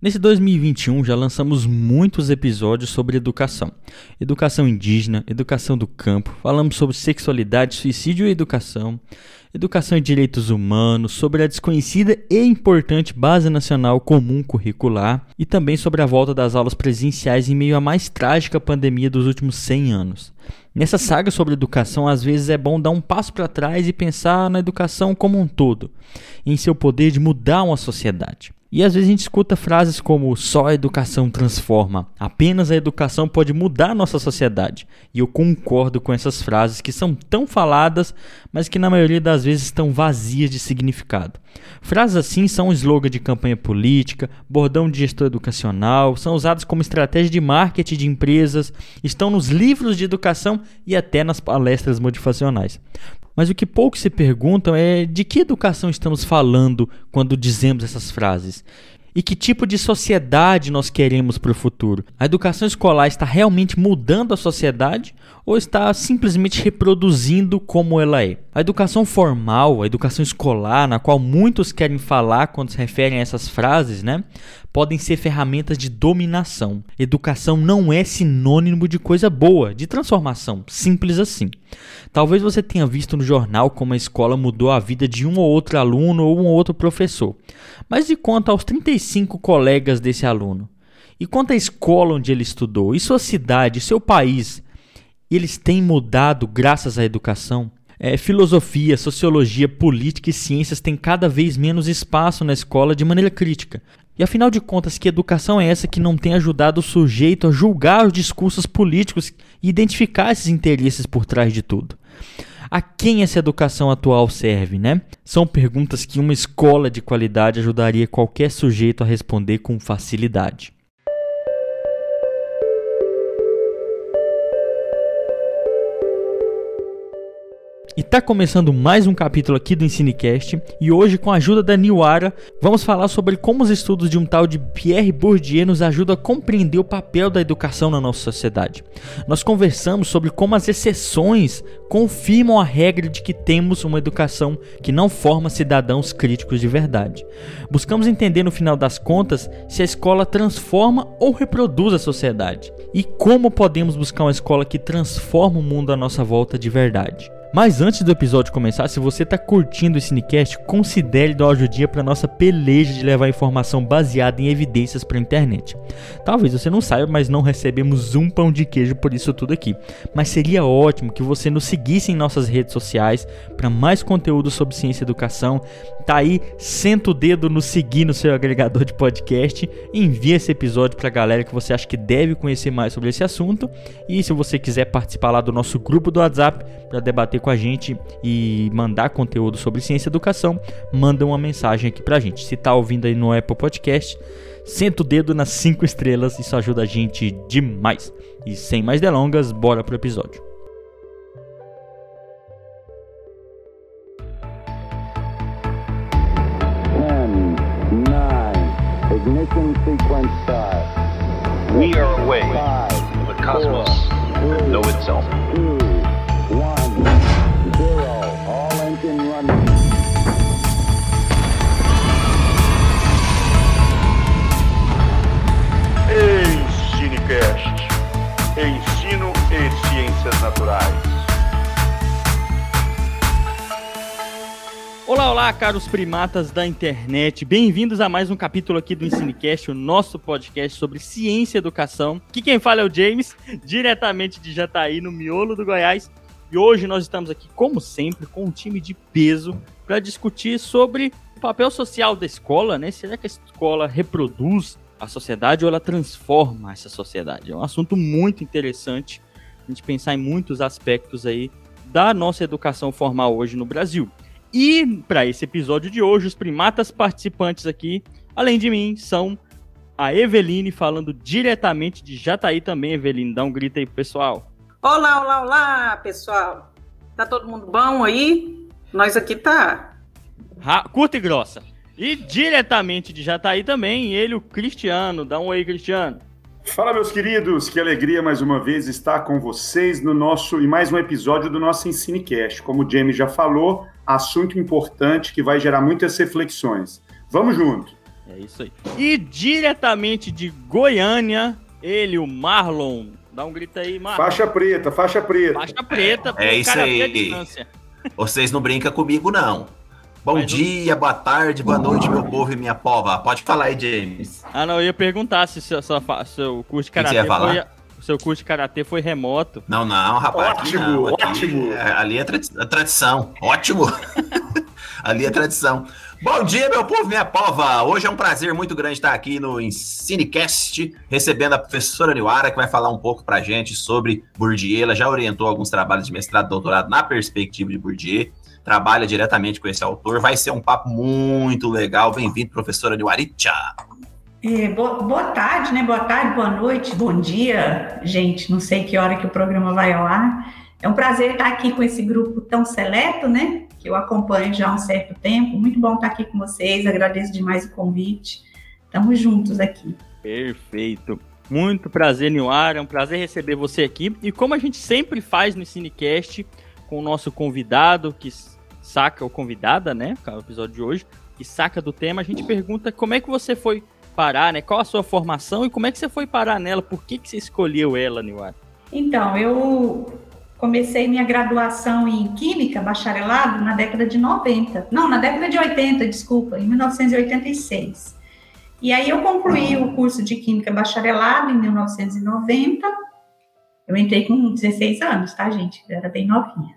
Nesse 2021 já lançamos muitos episódios sobre educação. Educação indígena, educação do campo, falamos sobre sexualidade, suicídio e educação e direitos humanos, sobre a desconhecida e importante Base Nacional Comum Curricular e também sobre a volta das aulas presenciais em meio à mais trágica pandemia dos últimos 100 anos. Nessa saga sobre educação, às vezes é bom dar um passo para trás e pensar na educação como um todo, em seu poder de mudar uma sociedade. E às vezes a gente escuta frases como só a educação transforma, apenas a educação pode mudar a nossa sociedade. E eu concordo com essas frases que são tão faladas, mas que na maioria das vezes estão vazias de significado. Frases assim são um slogan de campanha política, bordão de gestor educacional, são usadas como estratégia de marketing de empresas, estão nos livros de educação e até nas palestras motivacionais. Mas o que poucos se perguntam é de que educação estamos falando quando dizemos essas frases? E que tipo de sociedade nós queremos para o futuro? A educação escolar está realmente mudando a sociedade ou está simplesmente reproduzindo como ela é? A educação formal, a educação escolar, na qual muitos querem falar quando se referem a essas frases, podem ser ferramentas de dominação. Educação não é sinônimo de coisa boa, de transformação, simples assim. Talvez você tenha visto no jornal como a escola mudou a vida de um ou outro aluno ou um ou outro professor. Mas e quanto aos 35 colegas desse aluno? E quanto à escola onde ele estudou? E sua cidade, seu país? Eles têm mudado graças à educação? Filosofia, sociologia, política e ciências têm cada vez menos espaço na escola de maneira crítica. E afinal de contas, que educação é essa que não tem ajudado o sujeito a julgar os discursos políticos e identificar esses interesses por trás de tudo? A quem essa educação atual serve, São perguntas que uma escola de qualidade ajudaria qualquer sujeito a responder com facilidade. E está começando mais um capítulo aqui do EnsineCast e hoje, com a ajuda da Niwara, vamos falar sobre como os estudos de um tal de Pierre Bourdieu nos ajudam a compreender o papel da educação na nossa sociedade. Nós conversamos sobre como as exceções confirmam a regra de que temos uma educação que não forma cidadãos críticos de verdade. Buscamos entender no final das contas se a escola transforma ou reproduz a sociedade e como podemos buscar uma escola que transforma o mundo à nossa volta de verdade. Mas antes do episódio começar, se você está curtindo esse EnsineCast, considere dar uma ajudinha para nossa peleja de levar informação baseada em evidências para a internet. Talvez você não saiba, mas não recebemos um pão de queijo por isso tudo aqui. Mas seria ótimo que você nos seguisse em nossas redes sociais para mais conteúdo sobre ciência e educação. Tá aí, senta o dedo no seguir no seu agregador de podcast, envia esse episódio para a galera que você acha que deve conhecer mais sobre esse assunto. E se você quiser participar lá do nosso grupo do WhatsApp para debater com a gente e mandar conteúdo sobre ciência e educação, manda uma mensagem aqui pra gente. Se tá ouvindo aí no Apple Podcast, senta o dedo nas 5 estrelas, isso ajuda a gente demais. E sem mais delongas, bora pro episódio. Ignition sequence start. We are away from the cosmos that know itself. 2, 1, 0. All engine running. EnsineCast. Ensino e Ciências Naturais. Olá, caros primatas da internet, bem-vindos a mais um capítulo aqui do EnsineCast, o nosso podcast sobre ciência e educação. Aqui quem fala é o James, diretamente de Jataí, no miolo do Goiás. E hoje nós estamos aqui, como sempre, com um time de peso para discutir sobre o papel social da escola, Será que a escola reproduz a sociedade ou ela transforma essa sociedade? É um assunto muito interessante a gente pensar em muitos aspectos aí da nossa educação formal hoje no Brasil. E para esse episódio de hoje, os primatas participantes aqui, além de mim, são a Eveline, falando diretamente de Jataí também. Eveline, dá um grito aí pro pessoal. Olá, pessoal. Tá todo mundo bom aí? Nós aqui tá. Curta e grossa. E diretamente de Jataí também, ele, o Cristiano. Dá um oi, Cristiano. Fala, meus queridos, que alegria mais uma vez estar com vocês em mais um episódio do nosso EnsineCast. Como o Jamie já falou, assunto importante que vai gerar muitas reflexões. Vamos junto! É isso aí. E diretamente de Goiânia, ele, o Marlon. Dá um grito aí, Marlon. Faixa preta, faixa preta. Faixa preta, pô, É isso cara aí. até a distância. Vocês não brincam comigo, não. Bom dia, boa tarde, boa noite, meu povo e minha pova. Pode falar aí, James. Ah, não, eu ia perguntar se seu curso de que você karatê ia falar? o seu curso de karatê foi remoto. Não, rapaz. Ótimo, aqui não, aqui ótimo. Ali é tradição. Ótimo. Ali é tradição. Bom dia, meu povo e minha pova. Hoje é um prazer muito grande estar aqui no Ensinecast, recebendo a professora Niwara, que vai falar um pouco pra gente sobre Bourdieu. Ela já orientou alguns trabalhos de mestrado e doutorado na perspectiva de Bourdieu. Trabalha diretamente com esse autor. Vai ser um papo muito legal. Bem-vindo, professora Niwaricha. Boa tarde, né? Boa tarde, boa noite, bom dia, gente. Não sei que hora que o programa vai ao ar. É um prazer estar aqui com esse grupo tão seleto, né? Que eu acompanho já há um certo tempo. Muito bom estar aqui com vocês. Agradeço demais o convite. Estamos juntos aqui. Perfeito. Muito prazer, Niwara. É um prazer receber você aqui. E como a gente sempre faz no Cinecast, com o nosso convidado, que saca, ou convidada, né? O episódio de hoje, que saca do tema, a gente pergunta como é que você foi parar, né? Qual a sua formação e como é que você foi parar nela? Por que você escolheu ela, Niwara? Então, eu comecei minha graduação em Química, bacharelado, na década de 90. Não, na década de 80, desculpa, em 1986. E aí eu concluí o curso de Química bacharelado em 1990. Eu entrei com 16 anos, tá, gente? Eu era bem novinha.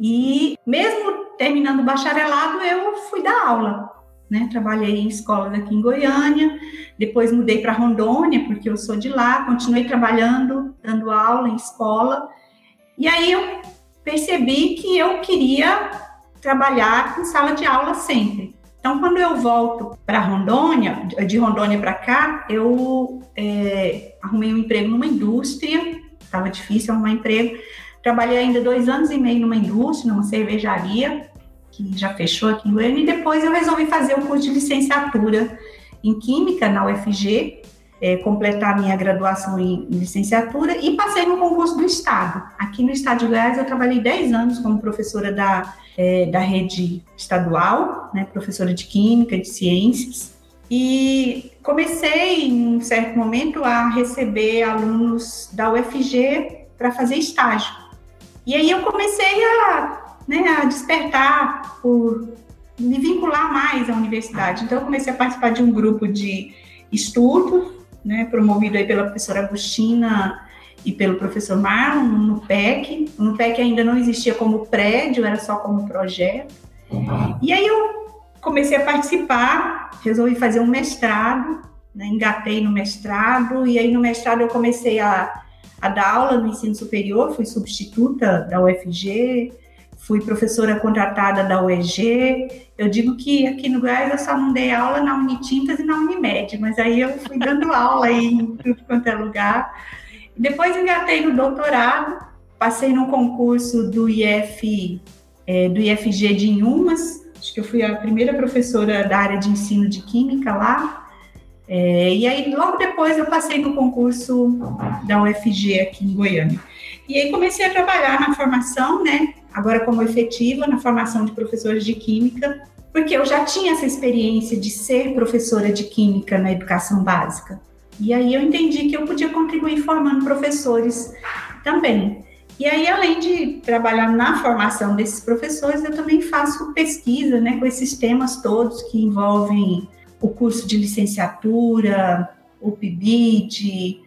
E mesmo terminando o bacharelado, eu fui dar aula, né? Trabalhei em escolas aqui em Goiânia, depois mudei para Rondônia, porque eu sou de lá, continuei trabalhando, dando aula em escola. E aí eu percebi que eu queria trabalhar com sala de aula sempre. Então, quando eu volto para Rondônia, de Rondônia para cá, eu arrumei um emprego numa indústria, estava difícil arrumar emprego. Trabalhei ainda 2 anos e meio numa indústria, numa cervejaria, que já fechou aqui em Goiânia, e depois eu resolvi fazer o curso de licenciatura em Química na UFG, completar minha graduação em licenciatura, e passei no concurso do Estado. Aqui no Estado de Goiás eu trabalhei 10 anos como professora da rede estadual, né, professora de Química, de Ciências, e comecei, em um certo momento, a receber alunos da UFG para fazer estágio. E aí eu comecei a despertar por me vincular mais à universidade. Então eu comecei a participar de um grupo de estudo, né, promovido aí pela professora Agostina e pelo professor Marlon, no NUPEC. O NUPEC ainda não existia como prédio, era só como projeto. E aí eu comecei a participar, resolvi fazer um mestrado, né, engatei no mestrado, e aí no mestrado eu comecei a dar aula no ensino superior, fui substituta da UFG, fui professora contratada da UEG. Eu digo que aqui no Goiás eu só não dei aula na Unitintas e na Unimed, mas aí eu fui dando aula aí em tudo quanto é lugar. Depois engatei no doutorado, passei num concurso do IFG de Inhumas, acho que eu fui a primeira professora da área de ensino de Química lá. E aí, logo depois, eu passei no concurso da UFG aqui em Goiânia. E aí comecei a trabalhar na formação, né? Agora como efetiva, na formação de professores de Química, porque eu já tinha essa experiência de ser professora de Química na educação básica. E aí eu entendi que eu podia contribuir formando professores também. E aí, além de trabalhar na formação desses professores, eu também faço pesquisa, né? Com esses temas todos que envolvem o curso de licenciatura, o PIBID,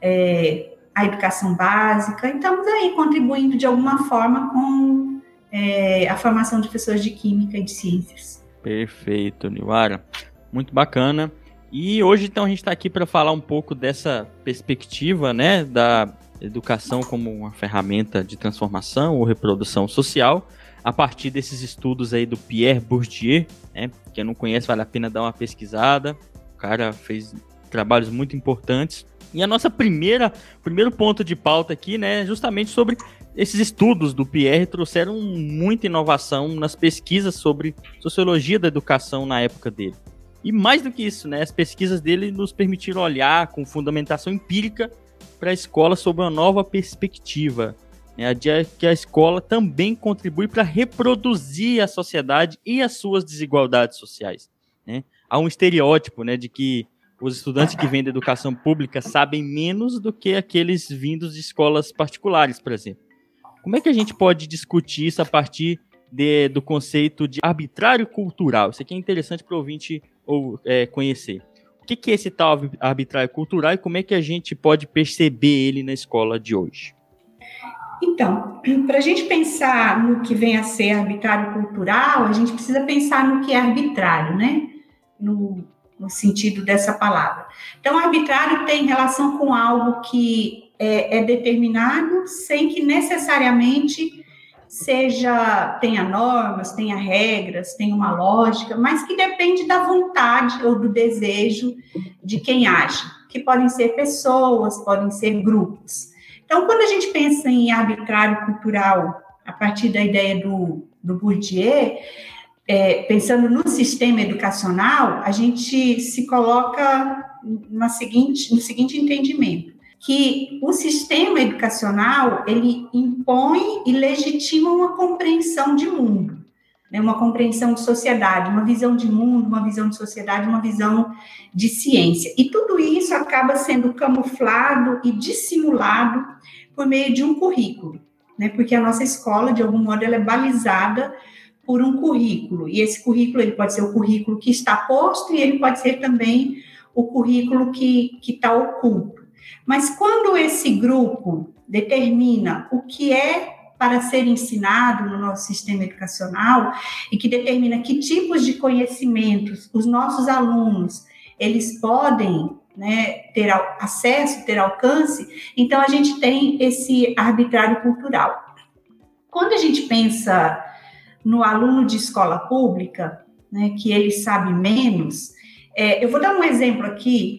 a educação básica. E estamos aí contribuindo de alguma forma com a formação de professores de Química e de Ciências. Perfeito, Niwara. Muito bacana. E hoje, então, a gente está aqui para falar um pouco dessa perspectiva, né, da educação como uma ferramenta de transformação ou reprodução social, a partir desses estudos aí do Pierre Bourdieu, né? Quem não conhece, vale a pena dar uma pesquisada. O cara fez trabalhos muito importantes. E a nossa primeiro ponto de pauta aqui, né, justamente sobre esses estudos do Pierre trouxeram muita inovação nas pesquisas sobre sociologia da educação na época dele. E mais do que isso, né, as pesquisas dele nos permitiram olhar com fundamentação empírica para a escola sob uma nova perspectiva, que a escola também contribui para reproduzir a sociedade e as suas desigualdades sociais, né? há um estereótipo, né, de que os estudantes que vêm da educação pública sabem menos do que aqueles vindos de escolas particulares, por exemplo. Como é que a gente pode discutir isso a partir do conceito de arbitrário cultural? Isso aqui é interessante para o ouvinte conhecer. O que é esse tal arbitrário cultural e como é que a gente pode perceber ele na escola de hoje? Então, para a gente pensar no que vem a ser arbitrário cultural, a gente precisa pensar no que é arbitrário, né? No sentido dessa palavra. Então, arbitrário tem relação com algo que é determinado sem que necessariamente tenha normas, tenha regras, tenha uma lógica, mas que depende da vontade ou do desejo de quem age, que podem ser pessoas, podem ser grupos. Então, quando a gente pensa em arbitrário cultural, a partir da ideia do Bourdieu, pensando no sistema educacional, a gente se coloca no seguinte entendimento, que o sistema educacional, ele impõe e legitima uma compreensão de mundo, né, uma compreensão de sociedade, uma visão de mundo, uma visão de sociedade, uma visão de ciência. E tudo isso acaba sendo camuflado e dissimulado por meio de um currículo, né, porque a nossa escola, de algum modo, ela é balizada por um currículo, e esse currículo ele pode ser o currículo que está posto e ele pode ser também o currículo que está oculto. Mas quando esse grupo determina o que é para ser ensinado no nosso sistema educacional e que determina que tipos de conhecimentos os nossos alunos eles podem, né, ter acesso, ter alcance, então a gente tem esse arbitrário cultural. Quando a gente pensa no aluno de escola pública, né, que ele sabe menos, eu vou dar um exemplo aqui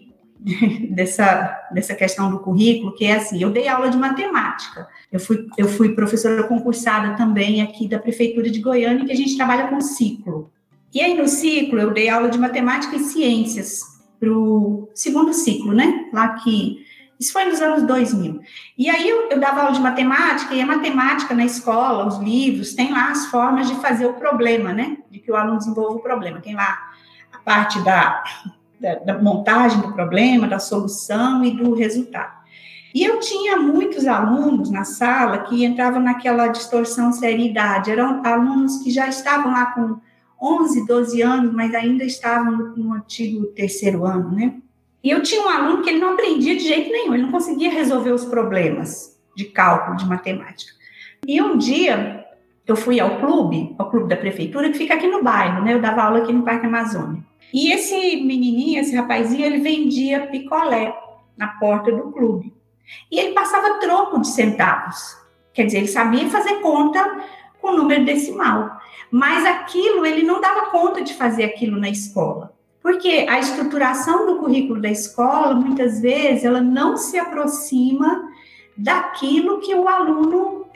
dessa questão do currículo, que é assim, eu dei aula de matemática, eu fui professora concursada também aqui da Prefeitura de Goiânia, que a gente trabalha com ciclo. E aí no ciclo eu dei aula de matemática e ciências para o segundo ciclo, né, isso foi nos anos 2000. E aí eu dava aula de matemática, e a matemática na escola, os livros, tem lá as formas de fazer o problema, né? De que o aluno desenvolva o problema. Tem lá a parte da montagem do problema, da solução e do resultado. E eu tinha muitos alunos na sala que entravam naquela distorção série-idade. Eram alunos que já estavam lá com 11, 12 anos, mas ainda estavam no antigo terceiro ano, né? E eu tinha um aluno que ele não aprendia de jeito nenhum, ele não conseguia resolver os problemas de cálculo, de matemática. E um dia, eu fui ao clube da prefeitura, que fica aqui no bairro, né? Eu dava aula aqui no Parque Amazônia. E esse menininho, esse rapazinho, ele vendia picolé na porta do clube. E ele passava troco de centavos. Quer dizer, ele sabia fazer conta com número decimal. Mas aquilo, ele não dava conta de fazer aquilo na escola. Porque a estruturação do currículo da escola, muitas vezes, ela não se aproxima daquilo que o aluno,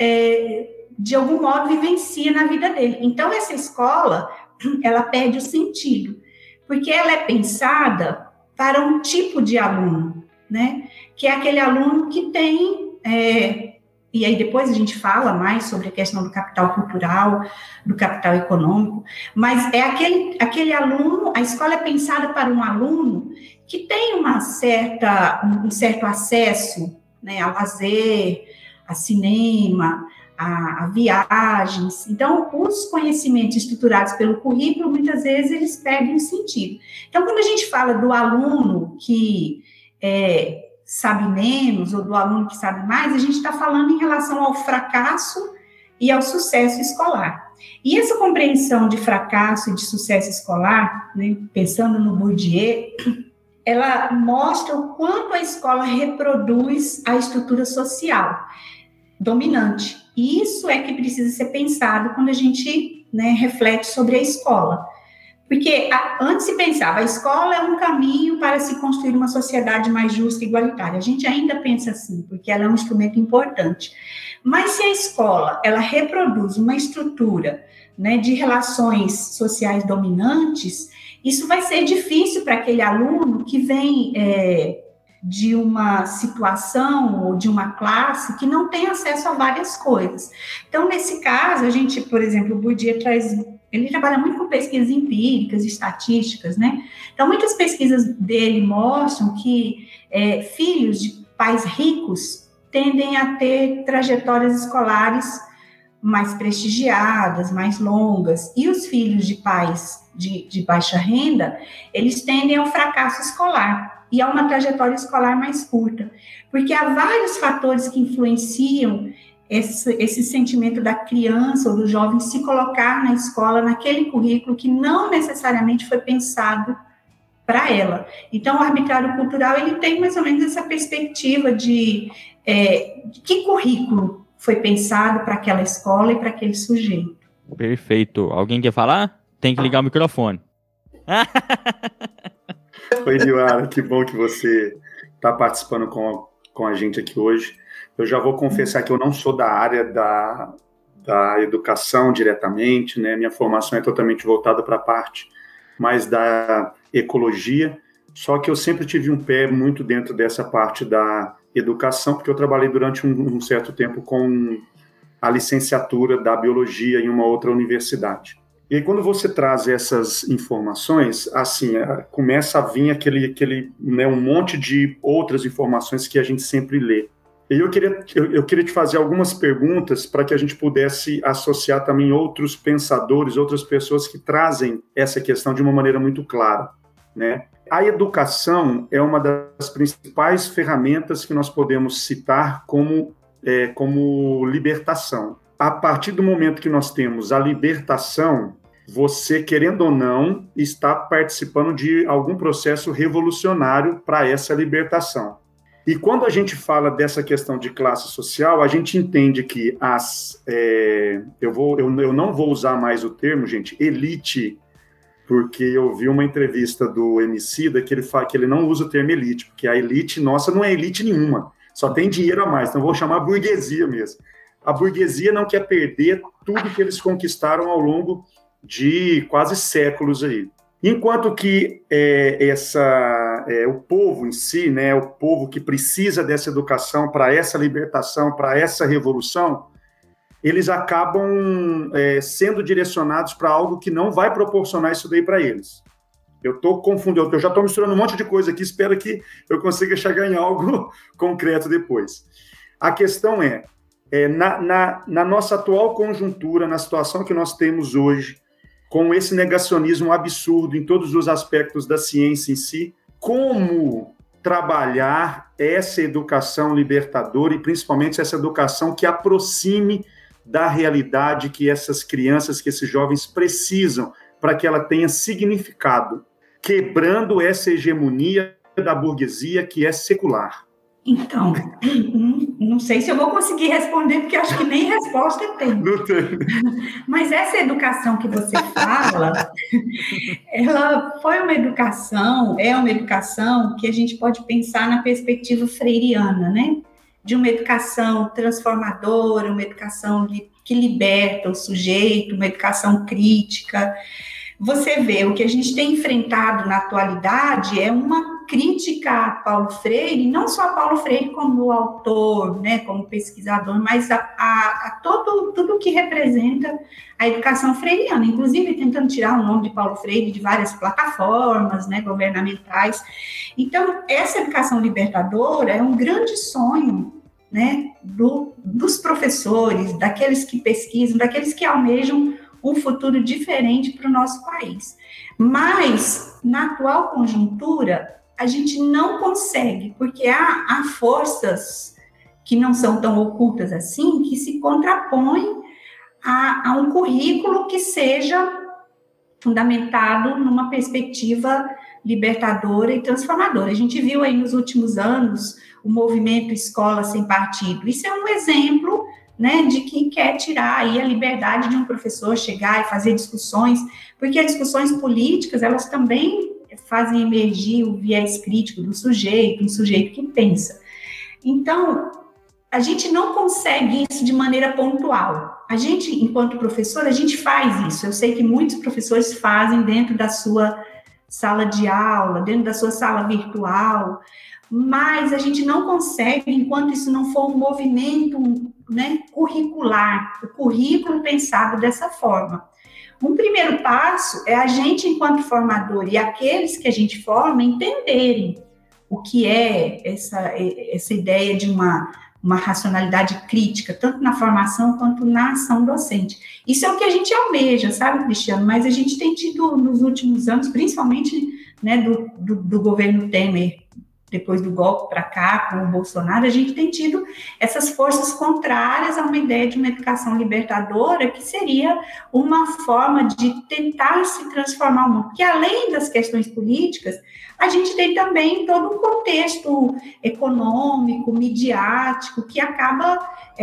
de algum modo, vivencia na vida dele. Então, essa escola, ela perde o sentido, porque ela é pensada para um tipo de aluno, né? Que é aquele aluno que tem... E aí depois a gente fala mais sobre a questão do capital cultural, do capital econômico, mas é aquele aluno, a escola é pensada para um aluno que tem um certo acesso, né, a lazer, a cinema, a viagens. Então, os conhecimentos estruturados pelo currículo, muitas vezes, eles perdem o sentido. Então, quando a gente fala do aluno que sabe menos, ou do aluno que sabe mais, a gente está falando em relação ao fracasso e ao sucesso escolar. E essa compreensão de fracasso e de sucesso escolar, né, pensando no Bourdieu, ela mostra o quanto a escola reproduz a estrutura social dominante. E isso é que precisa ser pensado quando a gente, né, reflete sobre a escola. Porque antes se pensava, a escola é um caminho para se construir uma sociedade mais justa e igualitária. A gente ainda pensa assim, porque ela é um instrumento importante. Mas se a escola, ela reproduz uma estrutura, né, de relações sociais dominantes, isso vai ser difícil para aquele aluno que vem de uma situação ou de uma classe que não tem acesso a várias coisas. Então, nesse caso, a gente, por exemplo, o Bourdieu traz Ele trabalha muito com pesquisas empíricas, estatísticas, né? Então, muitas pesquisas dele mostram que filhos de pais ricos tendem a ter trajetórias escolares mais prestigiadas, mais longas, e os filhos de pais de baixa renda, eles tendem ao fracasso escolar e a uma trajetória escolar mais curta, porque há vários fatores que influenciam esse sentimento da criança ou do jovem se colocar na escola, naquele currículo que não necessariamente foi pensado para ela. Então, o arbitrário cultural, ele tem mais ou menos essa perspectiva de que currículo foi pensado para aquela escola e para aquele sujeito. Perfeito. Alguém quer falar? Tem que ligar o microfone. Oi, Niuara, que bom que você está participando com a gente aqui hoje. Eu já vou confessar que eu não sou da área da educação diretamente, né? Minha formação é totalmente voltada para a parte mais da ecologia, só que eu sempre tive um pé muito dentro dessa parte da educação, porque eu trabalhei durante um certo tempo com a licenciatura da biologia em uma outra universidade. E aí, quando você traz essas informações, assim, começa a vir aquele né, um monte de outras informações que a gente sempre lê. E eu queria te fazer algumas perguntas para que a gente pudesse associar também outros pensadores, outras pessoas que trazem essa questão de uma maneira muito clara, né? A educação é uma das principais ferramentas que nós podemos citar como libertação. A partir do momento que nós temos a libertação, você, querendo ou não, está participando de algum processo revolucionário para essa libertação. E quando a gente fala dessa questão de classe social, a gente entende que eu não vou usar mais o termo, gente, elite, porque eu vi uma entrevista do Emicida que ele fala que ele não usa o termo elite, porque a elite nossa não é elite nenhuma, só tem dinheiro a mais, então eu vou chamar burguesia mesmo. A burguesia não quer perder tudo que eles conquistaram ao longo de quase séculos aí. Enquanto que o povo em si, né, o povo que precisa dessa educação para essa libertação, para essa revolução, eles acabam sendo direcionados para algo que não vai proporcionar isso daí para eles. Eu estou confundindo, eu já estou misturando um monte de coisa aqui, espero que eu consiga chegar em algo concreto depois. A questão na nossa atual conjuntura, na situação que nós temos hoje, com esse negacionismo absurdo em todos os aspectos da ciência em si, como trabalhar essa educação libertadora e principalmente essa educação que aproxime da realidade que essas crianças, que esses jovens precisam para que ela tenha significado, quebrando essa hegemonia da burguesia que é secular. Então, não sei se eu vou conseguir responder, porque acho que nem resposta tem. Não tem. Mas essa educação que você fala, ela é uma educação que a gente pode pensar na perspectiva freiriana, né? De uma educação transformadora, uma educação que liberta o sujeito, uma educação crítica. Você vê, o que a gente tem enfrentado na atualidade é uma crítica a Paulo Freire, não só a Paulo Freire como autor, né, como pesquisador, mas a tudo que representa a educação freiriana, inclusive tentando tirar o nome de Paulo Freire de várias plataformas, né, governamentais. Então, essa educação libertadora é um grande sonho, né, dos professores, daqueles que pesquisam, daqueles que almejam um futuro diferente para o nosso país. Mas, na atual conjuntura, a gente não consegue, porque há forças que não são tão ocultas assim, que se contrapõem a um currículo que seja fundamentado numa perspectiva libertadora e transformadora. A gente viu aí nos últimos anos o movimento Escola Sem Partido. Isso é um exemplo, né, de quem quer tirar aí a liberdade de um professor chegar e fazer discussões, porque as discussões políticas, elas também fazem emergir o viés crítico do sujeito, um sujeito que pensa. Então, a gente não consegue isso de maneira pontual. A gente, enquanto professor, a gente faz isso. Eu sei que muitos professores fazem dentro da sua sala de aula, dentro da sua sala virtual, mas a gente não consegue, enquanto isso não for um movimento, né, curricular, o currículo pensado dessa forma. um primeiro passo é a gente, enquanto formador, e aqueles que a gente forma, entenderem o que é essa ideia de uma racionalidade crítica, tanto na formação quanto na ação docente. Isso é o que a gente almeja, sabe, Cristiano? Mas a gente tem tido, nos últimos anos, principalmente, né, do governo Temer, depois do golpe para cá, com o Bolsonaro, a gente tem tido essas forças contrárias a uma ideia de uma educação libertadora, que seria uma forma de tentar se transformar o mundo. Porque, além das questões políticas, a gente tem também todo um contexto econômico, midiático, que acaba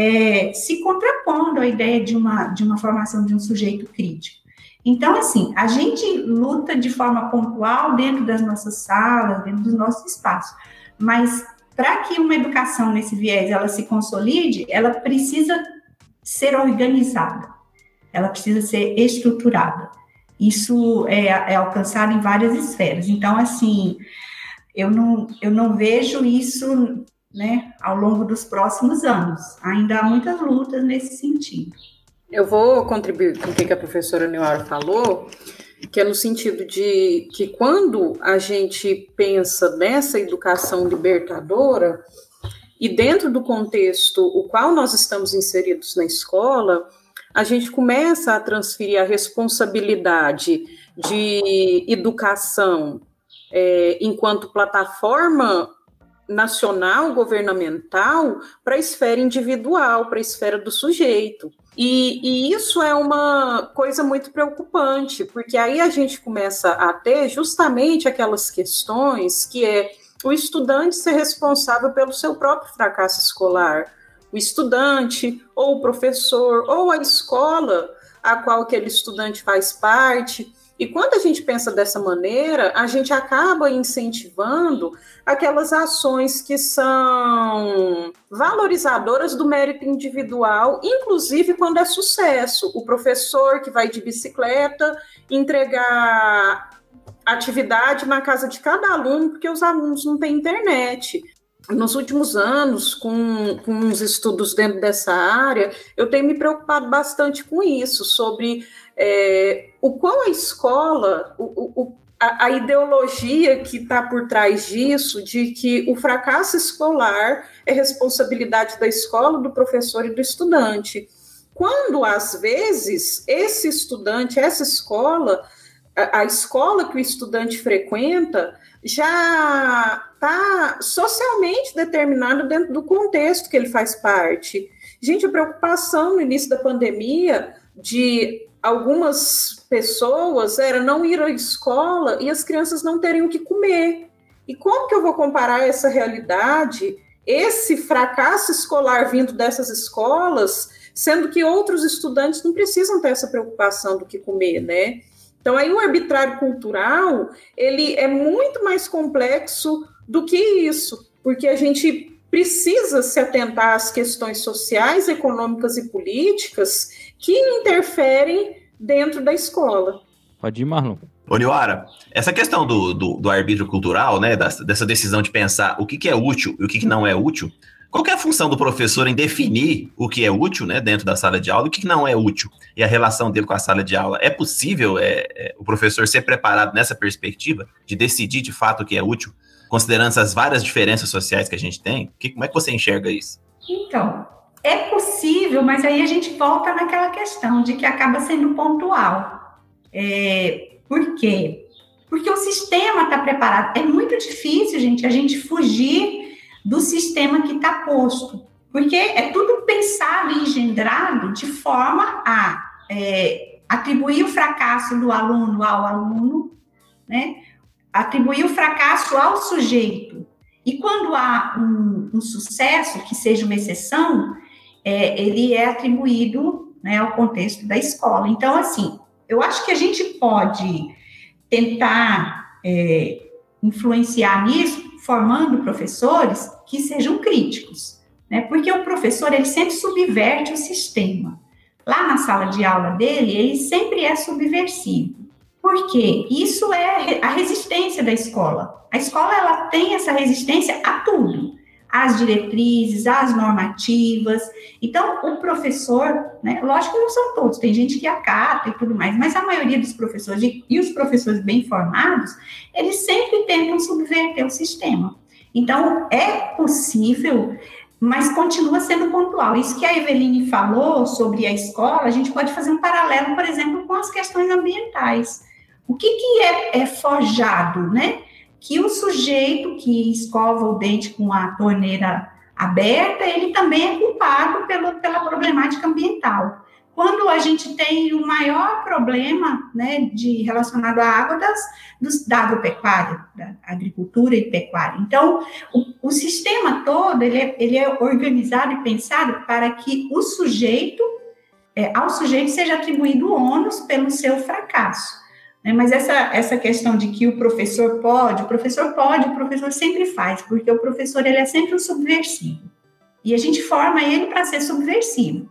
se contrapondo à ideia de uma formação de um sujeito crítico. Então, assim, a gente luta de forma pontual dentro das nossas salas, dentro dos nossos espaços, mas para que uma educação nesse viés ela se consolide, ela precisa ser organizada, ela precisa ser estruturada. Isso é alcançado em várias esferas. Então, assim, eu não vejo isso, né, ao longo dos próximos anos. Ainda há muitas lutas nesse sentido. Eu vou contribuir com o que a professora Niuara falou, que é no sentido de que quando a gente pensa nessa educação libertadora, e dentro do contexto o qual nós estamos inseridos na escola, a gente começa a transferir a responsabilidade de educação enquanto plataforma nacional, governamental, para a esfera individual, para a esfera do sujeito. E isso é uma coisa muito preocupante, porque aí a gente começa a ter justamente aquelas questões que é o estudante ser responsável pelo seu próprio fracasso escolar, o estudante, ou o professor, ou a escola a qual aquele estudante faz parte. E quando a gente pensa dessa maneira, a gente acaba incentivando aquelas ações que são valorizadoras do mérito individual, inclusive quando é sucesso. O professor que vai de bicicleta entregar atividade na casa de cada aluno, porque os alunos não têm internet. Nos últimos anos, com os estudos dentro dessa área, eu tenho me preocupado bastante com isso, sobre o qual a escola, a ideologia que está por trás disso, de que o fracasso escolar é responsabilidade da escola, do professor e do estudante. Quando, às vezes, esse estudante, essa escola, a escola que o estudante frequenta, já está socialmente determinado dentro do contexto que ele faz parte. Gente, a preocupação no início da pandemia de algumas pessoas era não ir à escola e as crianças não terem o que comer. E como que eu vou comparar essa realidade, esse fracasso escolar vindo dessas escolas, sendo que outros estudantes não precisam ter essa preocupação do que comer, né? Então, aí o arbitrário cultural, ele é muito mais complexo do que isso, porque a gente precisa se atentar às questões sociais, econômicas e políticas que interferem dentro da escola. Pode ir, Marlon. Ô, Niuara, essa questão do arbítrio cultural, né, dessa decisão de pensar o que é útil e o que não é útil, qual que é a função do professor em definir o que é útil, né, dentro da sala de aula e o que não é útil? E a relação dele com a sala de aula? É possível o professor ser preparado nessa perspectiva de decidir de fato o que é útil, considerando essas várias diferenças sociais que a gente tem? Como é que você enxerga isso? Então, é possível, mas aí a gente volta naquela questão de que acaba sendo pontual. Por quê? Porque o sistema está preparado. É muito difícil, gente, a gente fugir do sistema que está posto, porque é tudo pensado e engendrado de forma a atribuir o fracasso do aluno ao aluno, né? Atribuir o fracasso ao sujeito. E quando há um sucesso, que seja uma exceção, ele é atribuído, né, ao contexto da escola. Então, assim, eu acho que a gente pode tentar influenciar nisso, formando professores que sejam críticos, né? Porque o professor, ele sempre subverte o sistema. Lá na sala de aula dele, ele sempre é subversivo. Por quê? Isso é a resistência da escola. A escola, ela tem essa resistência a tudo. as diretrizes, as normativas. Então, o professor, né, lógico que não são todos, tem gente que acata e tudo mais, mas a maioria dos professores, e os professores bem formados, eles sempre tentam subverter o sistema. Então, é possível, mas continua sendo pontual. Isso que a Eveline falou sobre a escola, a gente pode fazer um paralelo, por exemplo, com as questões ambientais. O que é forjado, né? Que o sujeito que escova o dente com a torneira aberta, ele também é culpado pela problemática ambiental. Quando a gente tem o maior problema, né, relacionado à água da agropecuária, da agricultura e pecuária. Então, o sistema todo, ele é organizado e pensado para que ao sujeito seja atribuído o ônus pelo seu fracasso. Mas essa questão de que o professor sempre faz, porque o professor ele é sempre um subversivo. E a gente forma ele para ser subversivo.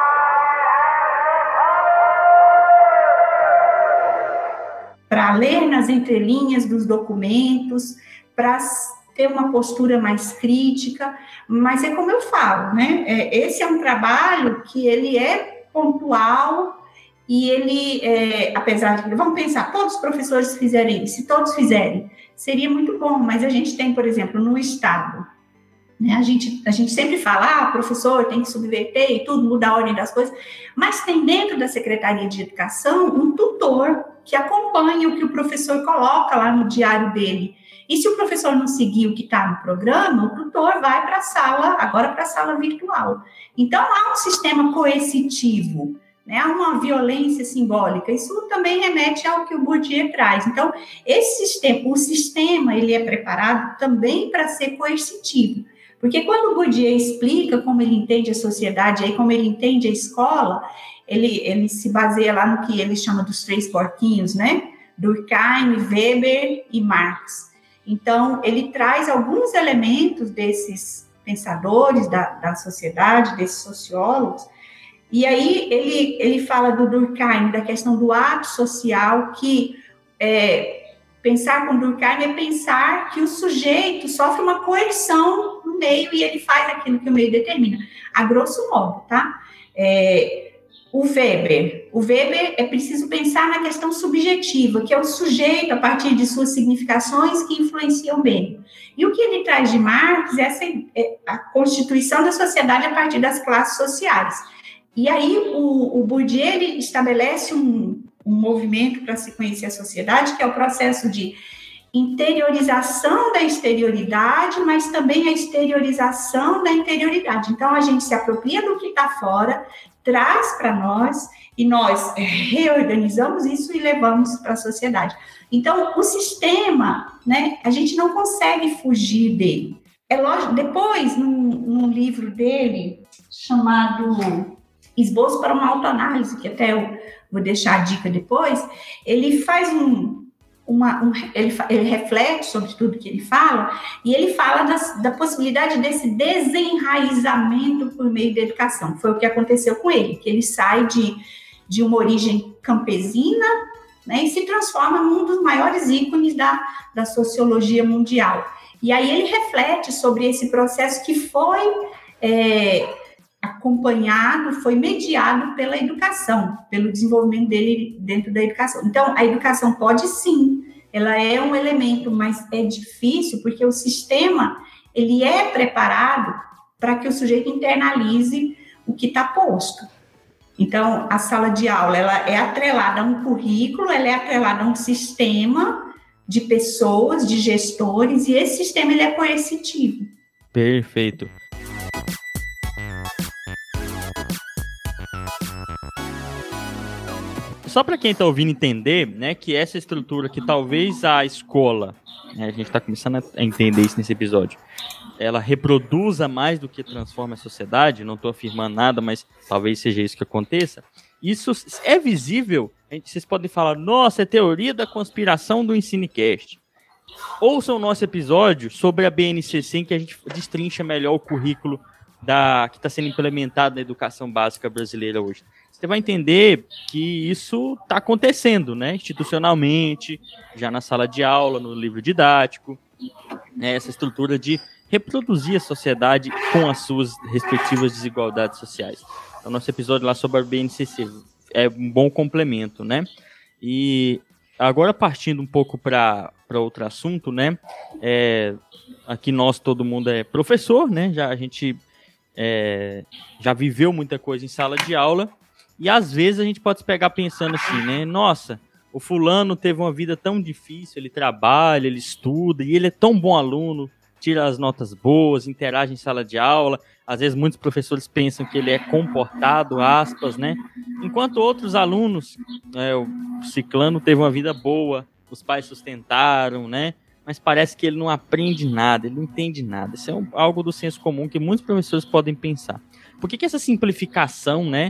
Para ler nas entrelinhas dos documentos, para ter uma postura mais crítica, mas é como eu falo, né? Esse é um trabalho que ele é pontual, e ele, apesar de, vamos pensar, todos os professores fizerem isso, se todos fizerem, seria muito bom, mas a gente tem, por exemplo, no Estado, né, a gente sempre fala, professor tem que subverter e tudo, mudar a ordem das coisas, mas tem dentro da Secretaria de Educação um tutor que acompanha o que o professor coloca lá no diário dele, e se o professor não seguir o que está no programa, o tutor vai para a sala, agora para a sala virtual. Então, há um sistema coercitivo, né, há uma violência simbólica, isso também remete ao que o Bourdieu traz. Então, o sistema, ele é preparado também para ser coercitivo, porque quando o Bourdieu explica como ele entende a sociedade, aí como ele entende a escola, ele se baseia lá no que ele chama dos 3 porquinhos, né, Durkheim, Weber e Marx. Então, ele traz alguns elementos desses pensadores da sociedade, desses sociólogos. E aí ele fala do Durkheim, da questão do ato social, que pensar com Durkheim é pensar que o sujeito sofre uma coerção no meio e ele faz aquilo que o meio determina, a grosso modo, tá? O Weber é preciso pensar na questão subjetiva, que é o sujeito a partir de suas significações que influenciam o meio. E o que ele traz de Marx é a constituição da sociedade a partir das classes sociais. E aí o Bourdieu ele estabelece um movimento para se conhecer a sociedade, que é o processo de interiorização da exterioridade, mas também a exteriorização da interioridade. Então, a gente se apropria do que está fora, traz para nós, e nós reorganizamos isso e levamos para a sociedade. Então, o sistema, né, a gente não consegue fugir dele. É lógico, depois, num livro dele, chamado Esboço para uma Autoanálise, que até eu vou deixar a dica depois, ele faz ele reflete sobre tudo que ele fala, e ele fala da possibilidade desse desenraizamento por meio da educação. Foi o que aconteceu com ele, que ele sai de uma origem campesina, né, e se transforma num dos maiores ícones da sociologia mundial. E aí ele reflete sobre esse processo que foi acompanhado, foi mediado pela educação, pelo desenvolvimento dele dentro da educação. Então, a educação pode sim, ela é um elemento, mas é difícil, porque o sistema, ele é preparado para que o sujeito internalize o que está posto. Então, a sala de aula, ela é atrelada a um currículo, ela é atrelada a um sistema de pessoas, de gestores, e esse sistema, ele é coercitivo. Perfeito. Só para quem está ouvindo entender, né, que essa estrutura que talvez a escola, né, a gente está começando a entender isso nesse episódio, ela reproduza mais do que transforma a sociedade, não estou afirmando nada, mas talvez seja isso que aconteça. Isso é visível, vocês podem falar, nossa, é teoria da conspiração do EnsineCast. Ouçam o nosso episódio sobre a BNCC, em que a gente destrincha melhor o currículo que está sendo implementado na educação básica brasileira hoje. Você vai entender que isso está acontecendo, né, institucionalmente, já na sala de aula, no livro didático, né, essa estrutura de reproduzir a sociedade com as suas respectivas desigualdades sociais. O nosso episódio lá sobre a BNCC é um bom complemento, né? E agora, partindo um pouco para outro assunto, né? Aqui todo mundo é professor, né? A gente já viveu muita coisa em sala de aula, e às vezes a gente pode se pegar pensando assim, né? Nossa, o fulano teve uma vida tão difícil, ele trabalha, ele estuda, e ele é tão bom aluno, tira as notas boas, interage em sala de aula. Às vezes muitos professores pensam que ele é comportado, aspas, né? Enquanto outros alunos, o ciclano teve uma vida boa, os pais sustentaram, né? Mas parece que ele não aprende nada, ele não entende nada. Isso é algo do senso comum que muitos professores podem pensar. Por que essa simplificação, né?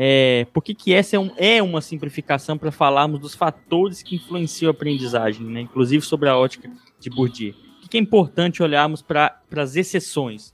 Por que essa é uma simplificação para falarmos dos fatores que influenciam a aprendizagem, né? Inclusive sobre a ótica de Bourdieu? Por que é importante olharmos para as exceções?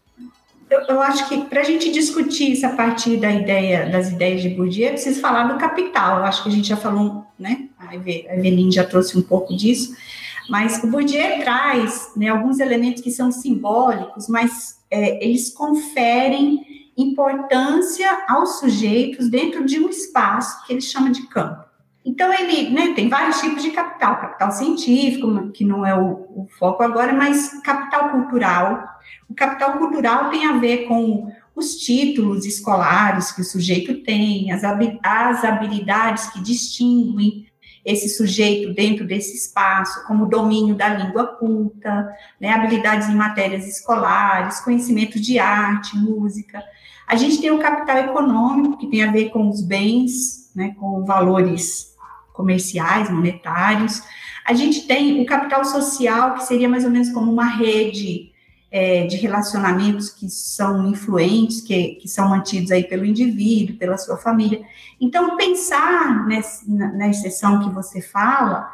Eu acho que para a gente discutir isso a partir das ideias de Bourdieu, é preciso falar do capital. Eu acho que a gente já falou, né? A Eveline já trouxe um pouco disso, mas o Bourdieu traz, né, alguns elementos que são simbólicos, mas eles conferem importância aos sujeitos dentro de um espaço que ele chama de campo. Então, ele, né, tem vários tipos de capital científico, que não é o foco agora, mas capital cultural. O capital cultural tem a ver com os títulos escolares que o sujeito tem, as habilidades que distinguem esse sujeito dentro desse espaço, como o domínio da língua culta, né, habilidades em matérias escolares, conhecimento de arte, música. A gente tem o capital econômico, que tem a ver com os bens, né, com valores comerciais, monetários. A gente tem o capital social, que seria mais ou menos como uma rede de relacionamentos que são influentes, que são mantidos aí pelo indivíduo, pela sua família. Então, pensar na exceção que você fala,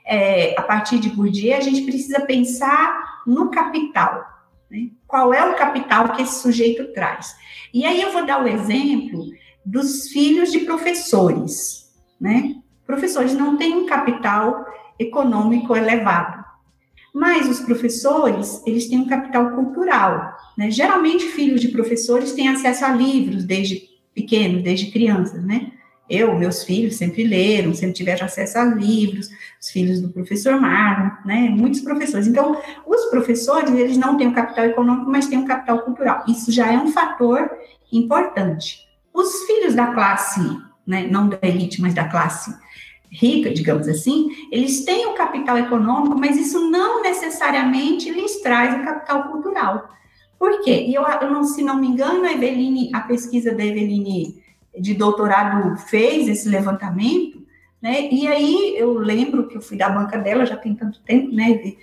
a partir de Bourdieu, a gente precisa pensar no capital, né? Qual é o capital que esse sujeito traz? E aí eu vou dar o exemplo dos filhos de professores, né? Professores não têm um capital econômico elevado, mas os professores, eles têm um capital cultural, né? Geralmente, filhos de professores têm acesso a livros desde pequenos, desde crianças, né? Meus filhos sempre leram, sempre tiveram acesso a livros, os filhos do professor Marlon, né? Muitos professores. Então, os professores, eles não têm um capital econômico, mas têm um capital cultural. Isso já é um fator importante. Os filhos da classe, né, não da elite, mas da classe rica, digamos assim, eles têm o capital econômico, mas isso não necessariamente lhes traz o capital cultural. Por quê? Se não me engano, a pesquisa da Eveline de doutorado fez esse levantamento, né? E aí eu lembro que eu fui da banca dela, já tem tanto tempo, né?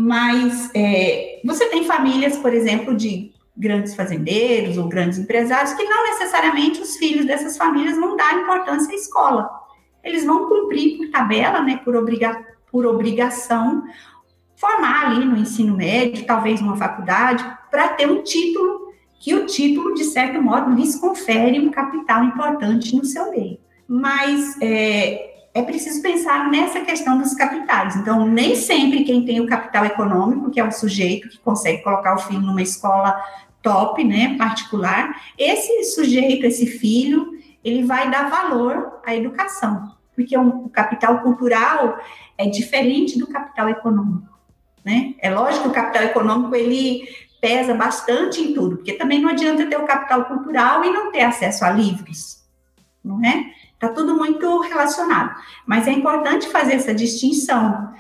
Mas você tem famílias, por exemplo, de grandes fazendeiros ou grandes empresários, que não necessariamente os filhos dessas famílias vão dar importância à escola. Eles vão cumprir por tabela, né, por obrigação, formar ali no ensino médio, talvez numa faculdade, para ter um título, que o título, de certo modo, lhes confere um capital importante no seu meio. Mas é preciso pensar nessa questão dos capitais. Então, nem sempre quem tem o capital econômico, que é o sujeito que consegue colocar o filho numa escola top, né, particular, esse sujeito, esse filho, ele vai dar valor à educação, porque o capital cultural é diferente do capital econômico, né? É lógico que o capital econômico, ele pesa bastante em tudo, porque também não adianta ter o capital cultural e não ter acesso a livros, não é? Está tudo muito relacionado, mas é importante fazer essa distinção.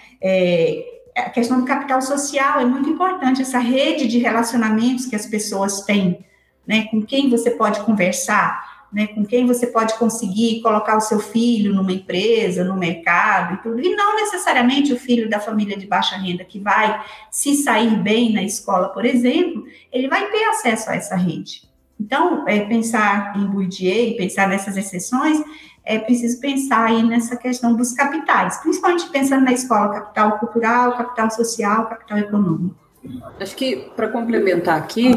A questão do capital social é muito importante, essa rede de relacionamentos que as pessoas têm, né? Com quem você pode conversar, né, com quem você pode conseguir colocar o seu filho numa empresa, no mercado e tudo, e não necessariamente o filho da família de baixa renda que vai se sair bem na escola, por exemplo, ele vai ter acesso a essa rede. Então, pensar em Bourdieu e pensar nessas exceções, é preciso pensar aí nessa questão dos capitais, principalmente pensando na escola, capital cultural, capital social, capital econômico. Acho que, para complementar aqui,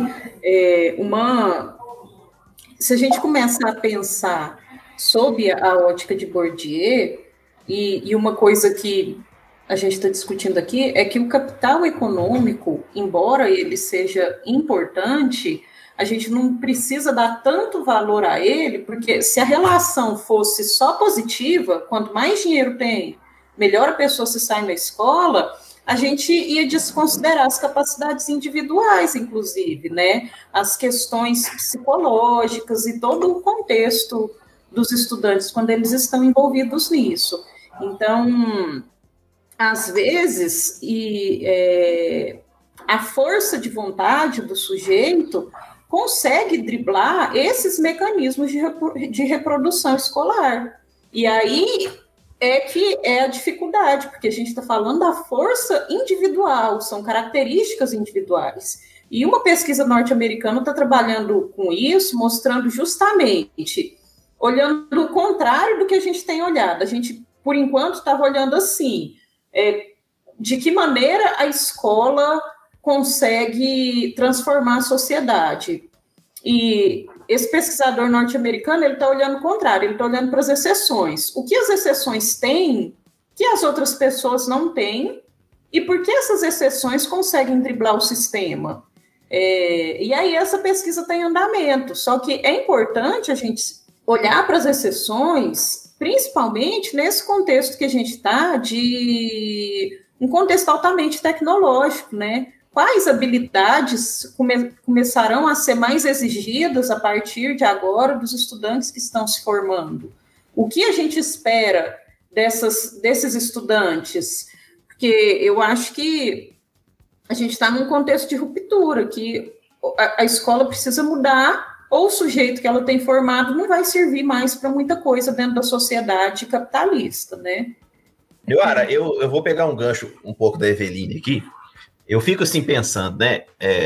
se a gente começar a pensar sob a ótica de Bourdieu, e uma coisa que a gente está discutindo aqui é que o capital econômico, embora ele seja importante, a gente não precisa dar tanto valor a ele, porque se a relação fosse só positiva, quanto mais dinheiro tem, melhor a pessoa se sai na escola, a gente ia desconsiderar as capacidades individuais, inclusive, né? As questões psicológicas e todo o contexto dos estudantes quando eles estão envolvidos nisso. Então, às vezes, a força de vontade do sujeito consegue driblar esses mecanismos de reprodução escolar. E aí é que é a dificuldade, porque a gente está falando da força individual, são características individuais. E uma pesquisa norte-americana está trabalhando com isso, mostrando justamente, olhando o contrário do que a gente tem olhado. A gente, por enquanto, estava olhando assim, de que maneira a escola consegue transformar a sociedade. E esse pesquisador norte-americano, ele está olhando o contrário, ele está olhando para as exceções. O que as exceções têm, que as outras pessoas não têm, e por que essas exceções conseguem driblar o sistema? E aí essa pesquisa está em andamento, só que é importante a gente olhar para as exceções, principalmente nesse contexto que a gente está, de um contexto altamente tecnológico, né? Quais habilidades começarão a ser mais exigidas a partir de agora dos estudantes que estão se formando? O que a gente espera desses estudantes? Porque eu acho que a gente está num contexto de ruptura, que a escola precisa mudar, ou o sujeito que ela tem formado não vai servir mais para muita coisa dentro da sociedade capitalista, né? Nilara, eu vou pegar um gancho um pouco da Eveline aqui. Eu fico assim pensando, né?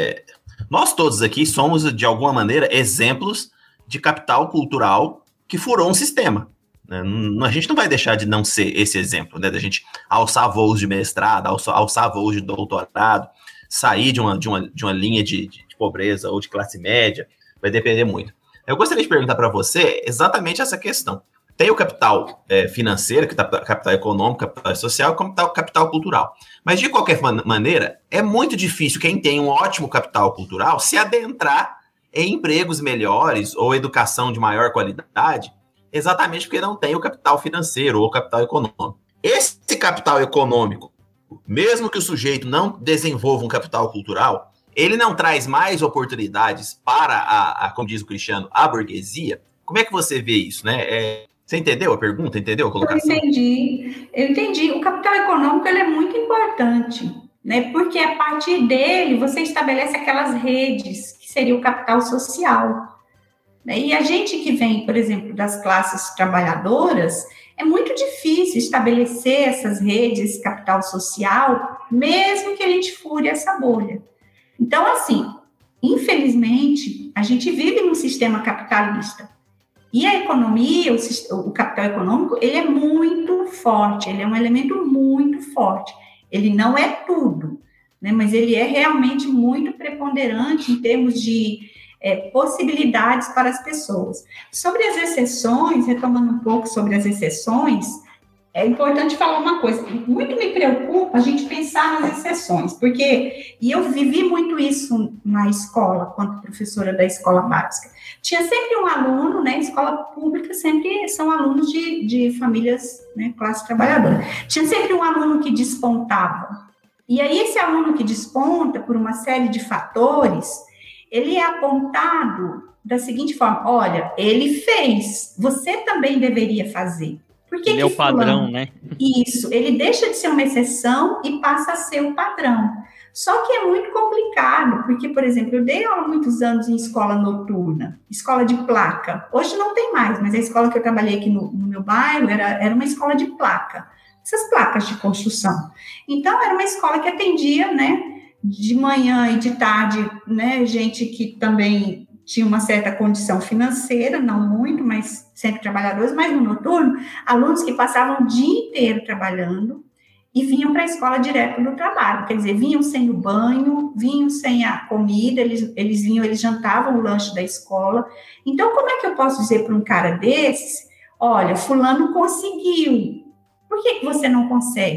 Nós todos aqui somos, de alguma maneira, exemplos de capital cultural que furou um sistema. Né? A gente não vai deixar de não ser esse exemplo, né? Da gente alçar voos de mestrado, alçar voos de doutorado, sair de uma linha de pobreza ou de classe média, vai depender muito. Eu gostaria de perguntar para você exatamente essa questão. Tem o capital financeiro, capital econômico, capital social e capital cultural. Mas, de qualquer maneira, é muito difícil quem tem um ótimo capital cultural se adentrar em empregos melhores ou educação de maior qualidade, exatamente porque não tem o capital financeiro ou o capital econômico. Esse capital econômico, mesmo que o sujeito não desenvolva um capital cultural, ele não traz mais oportunidades para, como diz o Cristiano, a burguesia. Como é que você vê isso, né? Você entendeu a pergunta? Entendeu a colocação? Eu entendi. O capital econômico ele é muito importante, né? Porque a partir dele você estabelece aquelas redes que seria o capital social. Né? E a gente que vem, por exemplo, das classes trabalhadoras, é muito difícil estabelecer essas redes, esse capital social, mesmo que a gente fure essa bolha. Então, assim, infelizmente, a gente vive num sistema capitalista. E a economia, o capital econômico, ele é muito forte, ele é um elemento muito forte. Ele não é tudo, né? Mas ele é realmente muito preponderante em termos de possibilidades para as pessoas. Sobre as exceções, retomando um pouco sobre as exceções, é importante falar uma coisa, muito me preocupa a gente pensar nas exceções, porque, e eu vivi muito isso na escola, quando professora da escola básica, tinha sempre um aluno, né, escola pública sempre são alunos de famílias, né, classe trabalhadora, tinha sempre um aluno que despontava, e aí esse aluno que desponta por uma série de fatores, ele é apontado da seguinte forma, olha, ele fez, você também deveria fazer. Ele é o padrão, né? Isso, ele deixa de ser uma exceção e passa a ser o padrão. Só que é muito complicado, porque, por exemplo, eu dei aula há muitos anos em escola noturna, escola de placa. Hoje não tem mais, mas a escola que eu trabalhei aqui no meu bairro era uma escola de placa, essas placas de construção. Então, era uma escola que atendia, né, de manhã e de tarde, né, gente que também tinha uma certa condição financeira, não muito, mas sempre trabalhadores, mas no noturno, alunos que passavam o dia inteiro trabalhando e vinham para a escola direto do trabalho, quer dizer, vinham sem o banho, vinham sem a comida, eles jantavam o lanche da escola. Então, como é que eu posso dizer para um cara desse, olha, fulano conseguiu, por que você não consegue?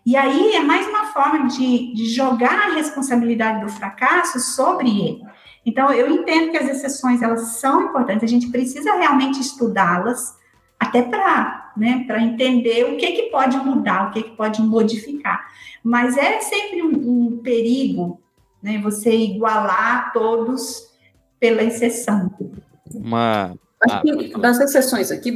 E aí é mais uma forma de jogar a responsabilidade do fracasso sobre ele. Então, eu entendo que as exceções, elas são importantes, a gente precisa realmente estudá-las, até para entender o que pode mudar, o que pode modificar. Mas é sempre um perigo, né, você igualar todos pela exceção. Acho que das exceções aqui,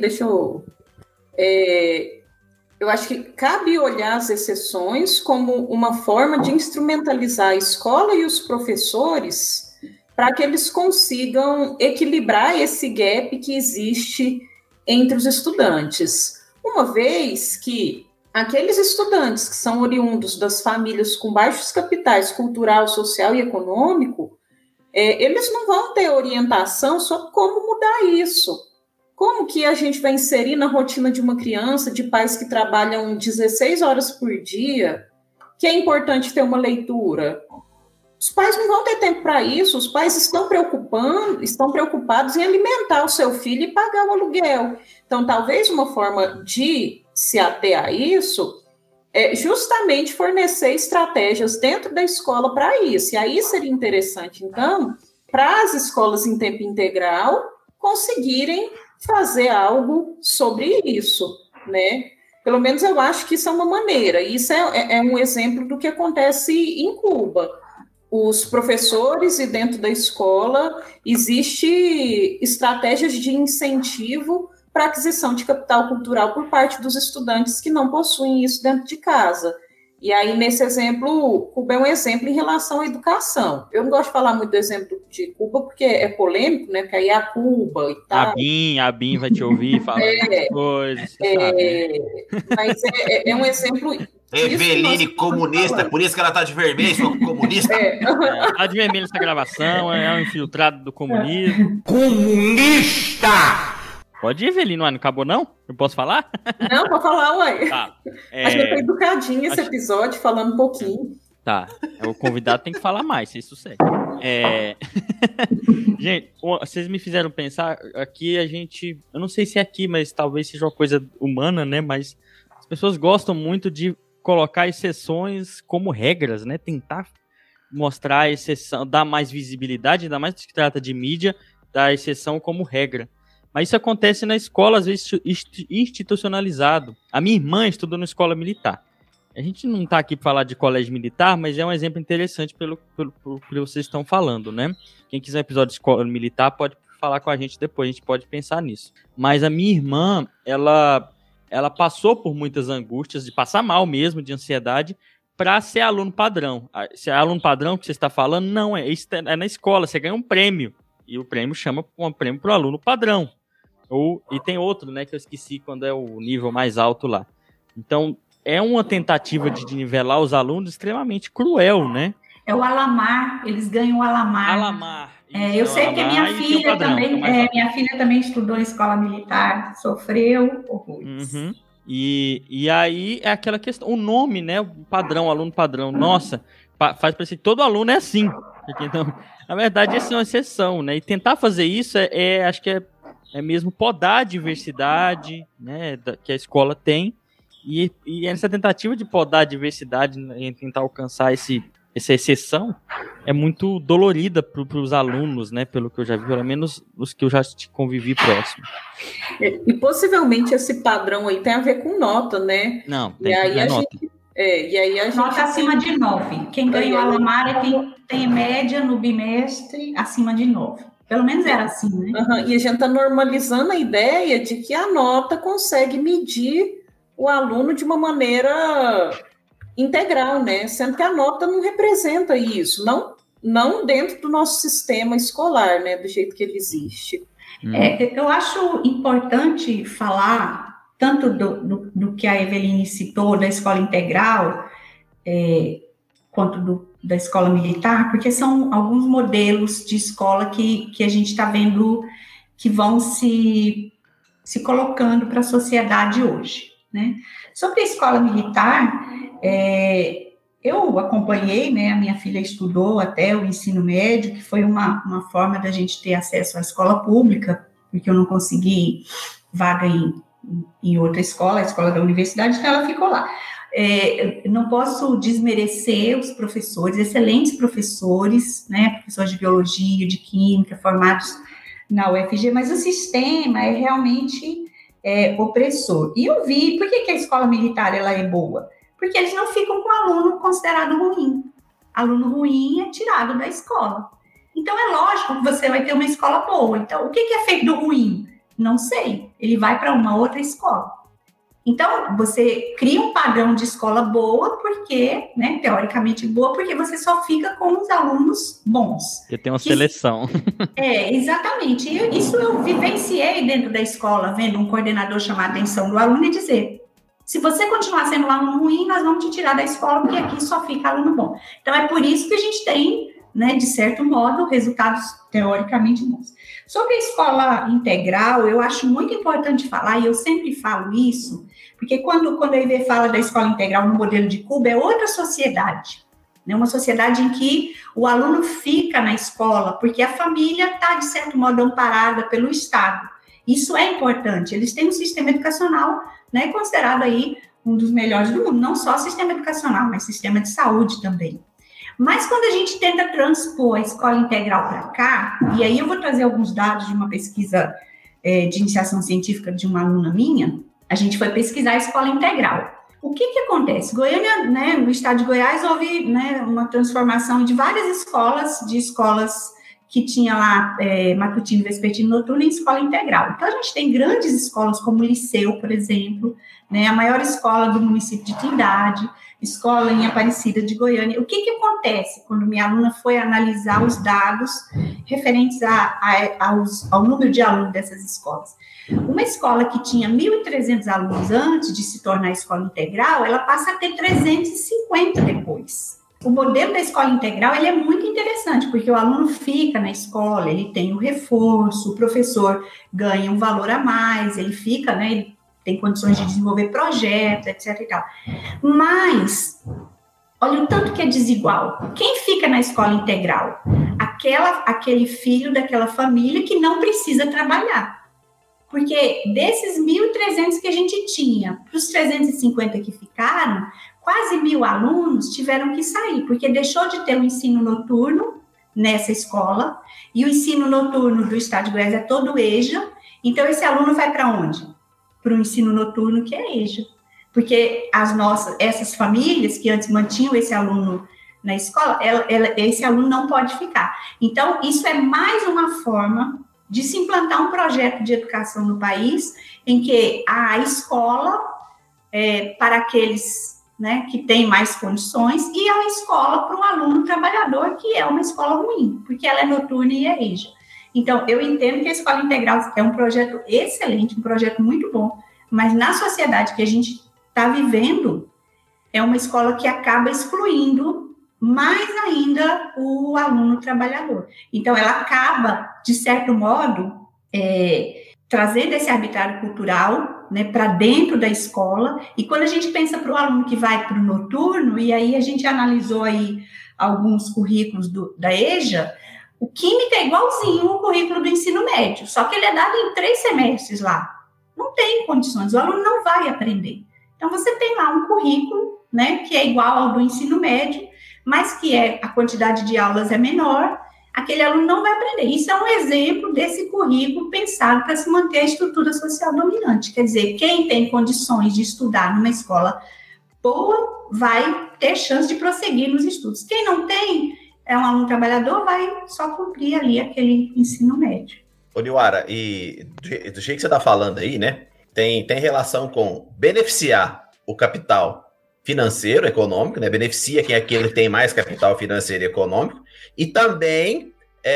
eu acho que cabe olhar as exceções como uma forma de instrumentalizar a escola e os professores para que eles consigam equilibrar esse gap que existe entre os estudantes. Uma vez que aqueles estudantes que são oriundos das famílias com baixos capitais cultural, social e econômico, eles não vão ter orientação sobre como mudar isso. Como que a gente vai inserir na rotina de uma criança, de pais que trabalham 16 horas por dia, que é importante ter uma leitura? Os pais não vão ter tempo para isso, os pais estão preocupados em alimentar o seu filho e pagar o aluguel. Então, talvez uma forma de se ater a isso é justamente fornecer estratégias dentro da escola para isso. E aí seria interessante, então, para as escolas em tempo integral conseguirem fazer algo sobre isso, né? Pelo menos eu acho que isso é uma maneira. Isso é um exemplo do que acontece em Cuba. Os professores e dentro da escola existe estratégias de incentivo para aquisição de capital cultural por parte dos estudantes que não possuem isso dentro de casa. E aí, nesse exemplo, Cuba é um exemplo em relação à educação. Eu não gosto de falar muito do exemplo de Cuba, porque é polêmico, né? Porque aí é a Cuba e tal. A BIM vai te ouvir falar essas coisas, você sabe, né? Mas é um exemplo... Eveline comunista, por isso que ela tá de vermelho, sou comunista. Tá de vermelho essa gravação, é um infiltrado do comunismo. Comunista! Pode ir, Eveline, não acabou não? Eu posso falar? Não, pode falar, ué. Tá. Acho que foi educadinho esse episódio, falando um pouquinho. Tá, o convidado tem que falar mais, se isso segue. Gente, vocês me fizeram pensar, aqui eu não sei se é aqui, mas talvez seja uma coisa humana, né, mas as pessoas gostam muito de colocar exceções como regras, né, tentar mostrar a exceção, dar mais visibilidade, ainda mais que trata de mídia, da exceção como regra. Mas isso acontece na escola, às vezes institucionalizado. A minha irmã estudou na escola militar. A gente não está aqui para falar de colégio militar, mas é um exemplo interessante pelo que vocês estão falando, né? Quem quiser um episódio de escola militar pode falar com a gente depois, a gente pode pensar nisso. Mas a minha irmã, ela passou por muitas angústias, de passar mal mesmo, de ansiedade, para ser aluno padrão. Se é aluno padrão que você está falando, não, é na escola, você ganha um prêmio. E o prêmio chama um prêmio para o aluno padrão. E tem outro, né, que eu esqueci quando é o nível mais alto lá. Então, é uma tentativa de nivelar os alunos extremamente cruel, né? É o Alamar, eles ganham o Alamar. Alamar. Eu sei que minha filha também estudou em escola militar, sofreu horrores. Uhum. E aí é aquela questão, o nome, né, o padrão, aluno padrão, nossa, faz parecer que todo aluno é assim. Porque, não, na verdade, essa é uma exceção, né? E tentar fazer isso acho que é mesmo podar a diversidade, né, que a escola tem, e essa tentativa de podar a diversidade e tentar alcançar essa exceção é muito dolorida para os alunos, né, pelo que eu já vi, pelo menos os que eu já convivi próximo. E possivelmente esse padrão aí tem a ver com nota, né? Não, tem a ver com nota. E aí a gente nota acima de 9. Quem ganha o Alamar é quem tem média no bimestre acima de 9. Pelo menos era assim, né? Uhum. E a gente está normalizando a ideia de que a nota consegue medir o aluno de uma maneira integral, né? Sendo que a nota não representa isso, não dentro do nosso sistema escolar, né? Do jeito que ele existe. Eu acho importante falar tanto do que a Eveline citou, da escola integral, quanto da escola militar, porque são alguns modelos de escola que a gente está vendo que vão se colocando para a sociedade hoje, né? Sobre a escola militar, eu acompanhei, né, a minha filha estudou até o ensino médio, que foi uma forma da gente ter acesso à escola pública, porque eu não consegui vaga em outra escola, a escola da universidade, então ela ficou lá. não posso desmerecer os professores, excelentes professores, né, professores de biologia, de química, formados na UFG, mas o sistema é realmente opressor. E eu vi, por que a escola militar ela é boa? Porque eles não ficam com aluno considerado ruim. Aluno ruim é tirado da escola. Então, é lógico que você vai ter uma escola boa. Então, o que é feito do ruim? Não sei. Ele vai para uma outra escola. Então, você cria um padrão de escola boa, porque, né, teoricamente boa, porque você só fica com os alunos bons. Porque tem uma seleção. Exatamente. E isso eu vivenciei dentro da escola, vendo um coordenador chamar a atenção do aluno e dizer: se você continuar sendo um aluno ruim, nós vamos te tirar da escola, porque aqui só fica aluno bom. Então, é por isso que a gente tem, né, de certo modo, resultados teoricamente bons. Sobre a escola integral, eu acho muito importante falar, e eu sempre falo isso, porque quando a IVE fala da escola integral no modelo de Cuba, é outra sociedade, né? Uma sociedade em que o aluno fica na escola, porque a família está, de certo modo, amparada pelo Estado. Isso é importante. Eles têm um sistema educacional, né, considerado aí um dos melhores do mundo, não só sistema educacional, mas sistema de saúde também. Mas quando a gente tenta transpor a escola integral para cá, e aí eu vou trazer alguns dados de uma pesquisa de iniciação científica de uma aluna minha, a gente foi pesquisar a escola integral. O que acontece? Goiânia, né, no estado de Goiás, houve, né, uma transformação de várias escolas que tinha lá matutino, vespertino, noturno em escola integral. Então, a gente tem grandes escolas como o Liceu, por exemplo, né, a maior escola do município de Trindade, escola em Aparecida de Goiânia. O que acontece quando minha aluna foi analisar os dados referentes ao número de alunos dessas escolas? Uma escola que tinha 1.300 alunos antes de se tornar escola integral, ela passa a ter 350 depois. O modelo da escola integral, ele é muito interessante, porque o aluno fica na escola, ele tem o reforço, o professor ganha um valor a mais, ele fica, né, ele tem condições de desenvolver projetos, etc. e tal. Mas, olha o tanto que é desigual. Quem fica na escola integral? Aquele filho daquela família que não precisa trabalhar. Porque desses 1.300 que a gente tinha, para os 350 que ficaram, quase 1.000 alunos tiveram que sair, porque deixou de ter o ensino noturno nessa escola, e o ensino noturno do estado de Goiás é todo EJA, então esse aluno vai para onde? Para o ensino noturno, que é EJA. Porque essas famílias que antes mantinham esse aluno na escola, esse aluno não pode ficar. Então, isso é mais uma forma de se implantar um projeto de educação no país, em que a escola, para aqueles, né, que têm mais condições, e a escola para o aluno trabalhador, que é uma escola ruim, porque ela é noturna e é EJA. Então, eu entendo que a escola integral é um projeto excelente, um projeto muito bom, mas na sociedade que a gente está vivendo, é uma escola que acaba excluindo mais ainda o aluno trabalhador. Então, ela acaba, de certo modo, trazendo esse arbitrário cultural, né, para dentro da escola, e quando a gente pensa para o aluno que vai para o noturno, e aí a gente analisou aí alguns currículos da EJA, o Química é igualzinho o currículo do ensino médio, só que ele é dado em 3 semestres lá. Não tem condições, o aluno não vai aprender. Então, você tem lá um currículo, né, que é igual ao do ensino médio, mas que a quantidade de aulas é menor, aquele aluno não vai aprender. Isso é um exemplo desse currículo pensado para se manter a estrutura social dominante. Quer dizer, quem tem condições de estudar numa escola boa vai ter chance de prosseguir nos estudos. Quem não tem, é um aluno trabalhador, vai só cumprir ali aquele ensino médio. Ô, Niuara, e do jeito que você está falando aí, né, tem relação com beneficiar o capital financeiro, econômico, né, beneficia quem é aquele que tem mais capital financeiro e econômico, e também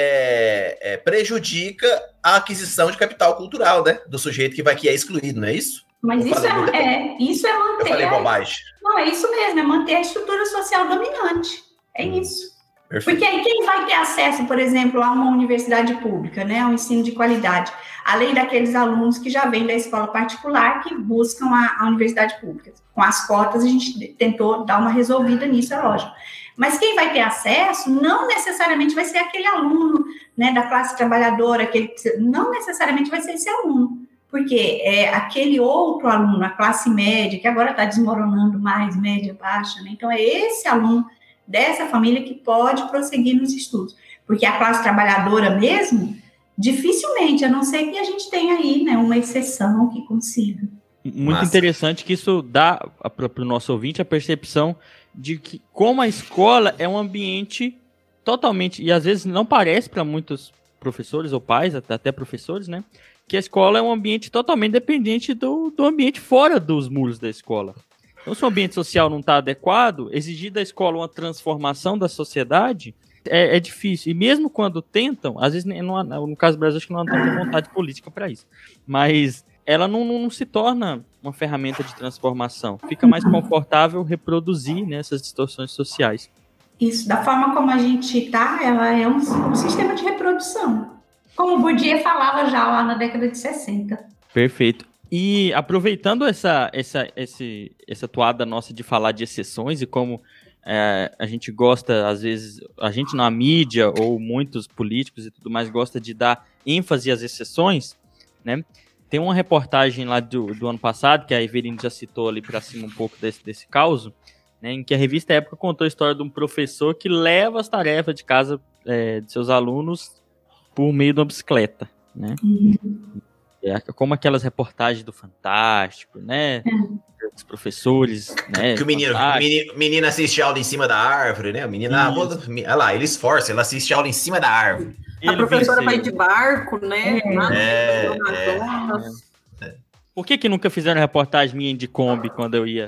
prejudica a aquisição de capital cultural, né, do sujeito que é excluído, não é isso? Mas isso é manter... Eu falei bobagem. Não, é isso mesmo, é manter a estrutura social dominante. É isso. Perfeito. Porque aí quem vai ter acesso, por exemplo, a uma universidade pública, né, a um ensino de qualidade, além daqueles alunos que já vêm da escola particular que buscam a universidade pública. Com as cotas, a gente tentou dar uma resolvida nisso, é lógico. Mas quem vai ter acesso não necessariamente vai ser aquele aluno, né, da classe trabalhadora, não necessariamente vai ser esse aluno. Porque é aquele outro aluno, a classe média, que agora está desmoronando mais, média, baixa, né? Então, é esse aluno dessa família que pode prosseguir nos estudos. Porque a classe trabalhadora mesmo, dificilmente, a não ser que a gente tenha aí, né, uma exceção que consiga. Muito interessante que isso dá para o nosso ouvinte a percepção de que como a escola é um ambiente totalmente, e às vezes não parece para muitos professores ou pais, até professores, né, que a escola é um ambiente totalmente dependente do ambiente fora dos muros da escola. Então, se o ambiente social não está adequado, exigir da escola uma transformação da sociedade é difícil. E mesmo quando tentam, às vezes, no caso do Brasil, acho que não há tanta vontade política para isso, mas ela não se torna uma ferramenta de transformação. Fica mais confortável reproduzir, né, essas distorções sociais. Isso, da forma como a gente está, ela é um sistema de reprodução. Como o Bourdieu falava já lá na década de 60. Perfeito. E aproveitando essa toada nossa de falar de exceções e como a gente gosta, às vezes, a gente na mídia ou muitos políticos e tudo mais gosta de dar ênfase às exceções, né? Tem uma reportagem lá do ano passado, que a Everine já citou ali para cima um pouco desse caos, né, em que a revista Época contou a história de um professor que leva as tarefas de casa de seus alunos por meio de uma bicicleta, né? Como aquelas reportagens do Fantástico, né? Os professores, né? Que o menino assiste aula em cima da árvore, né? O menino, olha lá, ele esforça, ele assiste aula em cima da árvore. A professora vai de barco, né? Por que nunca fizeram reportagem minha de Kombi quando eu ia?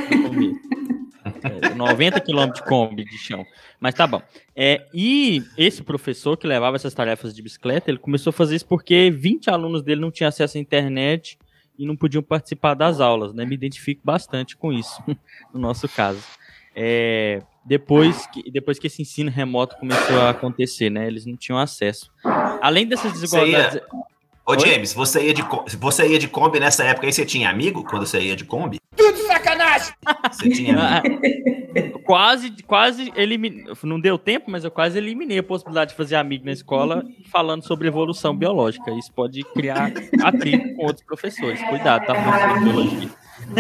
90 km de Kombi de chão. Mas tá bom. E esse professor que levava essas tarefas de bicicleta, ele começou a fazer isso porque 20 alunos dele não tinham acesso à internet e não podiam participar das aulas, né? Me identifico bastante com isso, no nosso caso. Depois que esse ensino remoto começou a acontecer, né? Eles não tinham acesso. Além dessas desigualdades... Ô, James, você ia de Kombi nessa época aí? Você tinha amigo quando você ia de Kombi? Tudo sacanagem! Você tinha amigo? Quase eliminei. Não deu tempo, mas eu quase eliminei a possibilidade de fazer amigo na escola falando sobre evolução biológica. Isso pode criar atrito com outros professores. Cuidado, tá? Professor de biologia.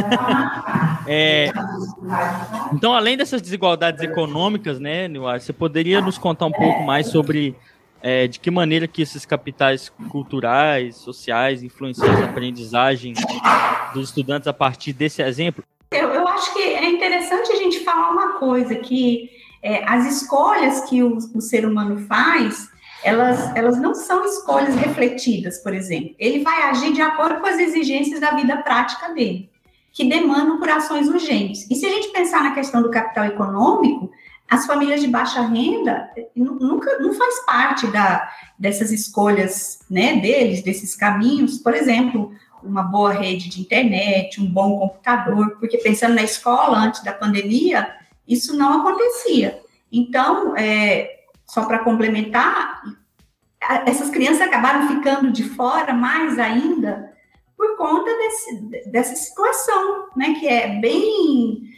Então, além dessas desigualdades econômicas, né, Niuara, você poderia nos contar um pouco mais sobre de que maneira que esses capitais culturais, sociais, influenciam a aprendizagem dos estudantes a partir desse exemplo? Eu acho que é interessante a gente falar uma coisa, que as escolhas que o ser humano faz, elas não são escolhas refletidas, por exemplo. Ele vai agir de acordo com as exigências da vida prática dele, que demandam por ações urgentes. E se a gente pensar na questão do capital econômico, as famílias de baixa renda não faz parte dessas escolhas, né, deles, desses caminhos. Por exemplo, uma boa rede de internet, um bom computador, porque pensando na escola antes da pandemia, isso não acontecia. Então, só para complementar, essas crianças acabaram ficando de fora mais ainda por conta dessa situação, né, que é bem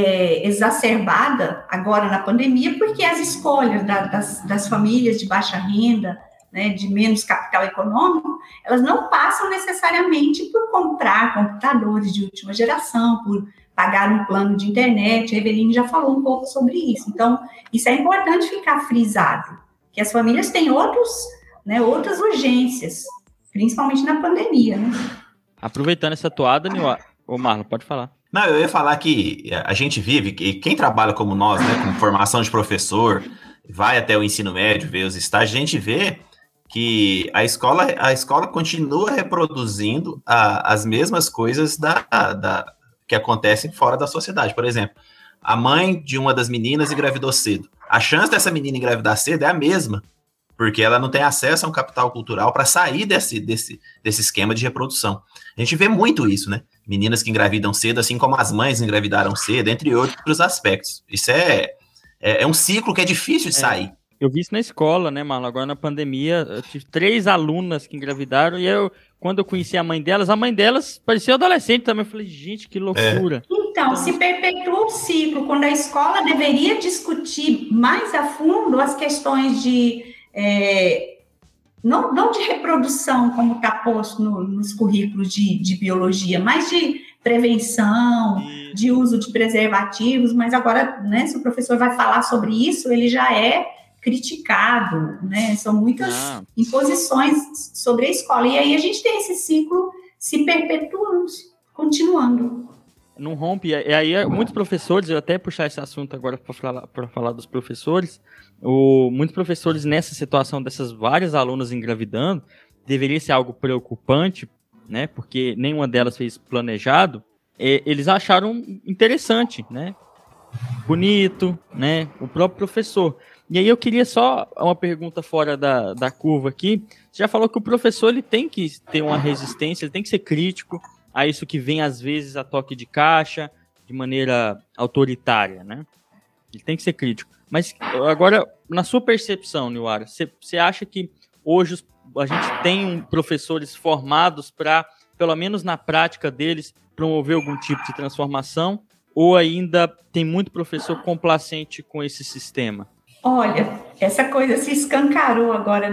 exacerbada agora na pandemia, porque as escolhas das famílias de baixa renda, né, de menos capital econômico, elas não passam necessariamente por comprar computadores de última geração, por pagar um plano de internet. A Everine já falou um pouco sobre isso. Então, isso é importante ficar frisado, que as famílias têm outras urgências, principalmente na pandemia, né? Aproveitando essa toada, ô Marlon, pode falar. Não, eu ia falar que a gente vive, e quem trabalha como nós, né, com formação de professor, vai até o ensino médio, vê os estágios, a gente vê que a escola continua reproduzindo as mesmas coisas que acontecem fora da sociedade. Por exemplo, a mãe de uma das meninas engravidou cedo. A chance dessa menina engravidar cedo é a mesma, porque ela não tem acesso a um capital cultural para sair desse esquema de reprodução. A gente vê muito isso, né? Meninas que engravidam cedo, assim como as mães engravidaram cedo, entre outros aspectos. Isso é um ciclo que é difícil de sair. Eu vi isso na escola, né, Marlon? Agora na pandemia, eu tive 3 alunas que engravidaram e quando eu conheci a mãe delas parecia adolescente também. Eu falei, gente, que loucura. Então, se perpetua o ciclo, quando a escola deveria discutir mais a fundo as questões de não de reprodução, como está posto nos currículos de biologia, mas de prevenção, de uso de preservativos, mas agora, né, se o professor vai falar sobre isso, ele já é criticado, né? São muitas imposições sobre a escola. E aí a gente tem esse ciclo se perpetuando, continuando. Não rompe. E aí muitos professores, eu até puxar esse assunto agora para falar dos professores, muitos professores nessa situação dessas várias alunas engravidando, deveria ser algo preocupante, né? Porque nenhuma delas fez planejado. Eles acharam interessante, né? Bonito, né? O próprio professor. E aí eu queria só uma pergunta fora da curva aqui. Você já falou que o professor ele tem que ter uma resistência, ele tem que ser crítico a isso que vem às vezes a toque de caixa, de maneira autoritária, né? Ele tem que ser crítico. Mas agora, na sua percepção, Niuara, você acha que hoje a gente tem professores formados para, pelo menos na prática deles, promover algum tipo de transformação? Ou ainda tem muito professor complacente com esse sistema? Olha, essa coisa se escancarou agora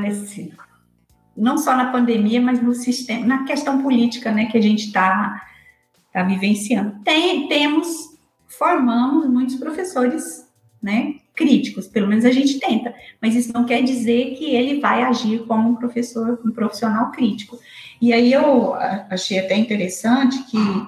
não só na pandemia, mas no sistema, na questão política, né, que a gente está vivenciando. Formamos muitos professores, né, críticos, pelo menos a gente tenta, mas isso não quer dizer que ele vai agir como um profissional crítico. E aí eu achei até interessante que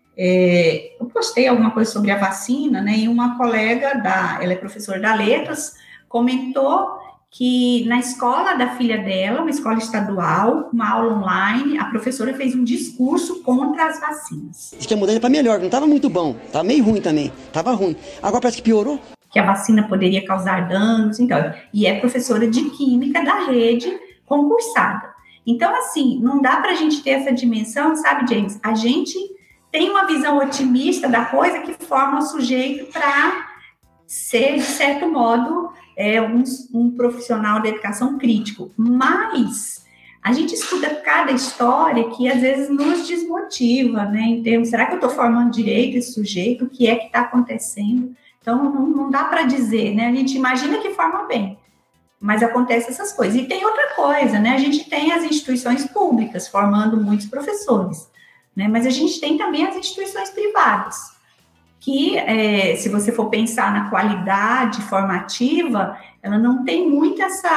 eu postei alguma coisa sobre a vacina, né, e uma colega ela é professora da Letras, comentou que na escola da filha dela, uma escola estadual, uma aula online, a professora fez um discurso contra as vacinas. Diz que a mudança para melhor, não estava muito bom, estava meio ruim também, estava ruim. Agora parece que piorou. Que a vacina poderia causar danos, então, e é professora de química da rede concursada. Então, assim, não dá para a gente ter essa dimensão, sabe, James? A gente tem uma visão otimista da coisa que forma o sujeito para ser, de certo modo, um profissional da educação crítico. Mas a gente escuta cada história que às vezes nos desmotiva, né? Em termos, será que eu estou formando direito esse sujeito? O que é que está acontecendo? Então, não dá para dizer, né? A gente imagina que forma bem, mas acontecem essas coisas. E tem outra coisa, né? A gente tem as instituições públicas formando muitos professores, né? Mas a gente tem também as instituições privadas, que, se você for pensar na qualidade formativa, ela não tem muito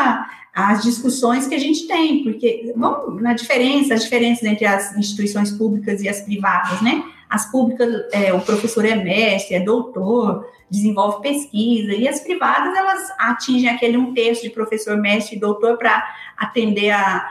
as discussões que a gente tem, porque, bom, as diferenças entre as instituições públicas e as privadas, né? As públicas, o professor é mestre, é doutor, desenvolve pesquisa, e as privadas, elas atingem aquele 1/3 de professor, mestre e doutor para atender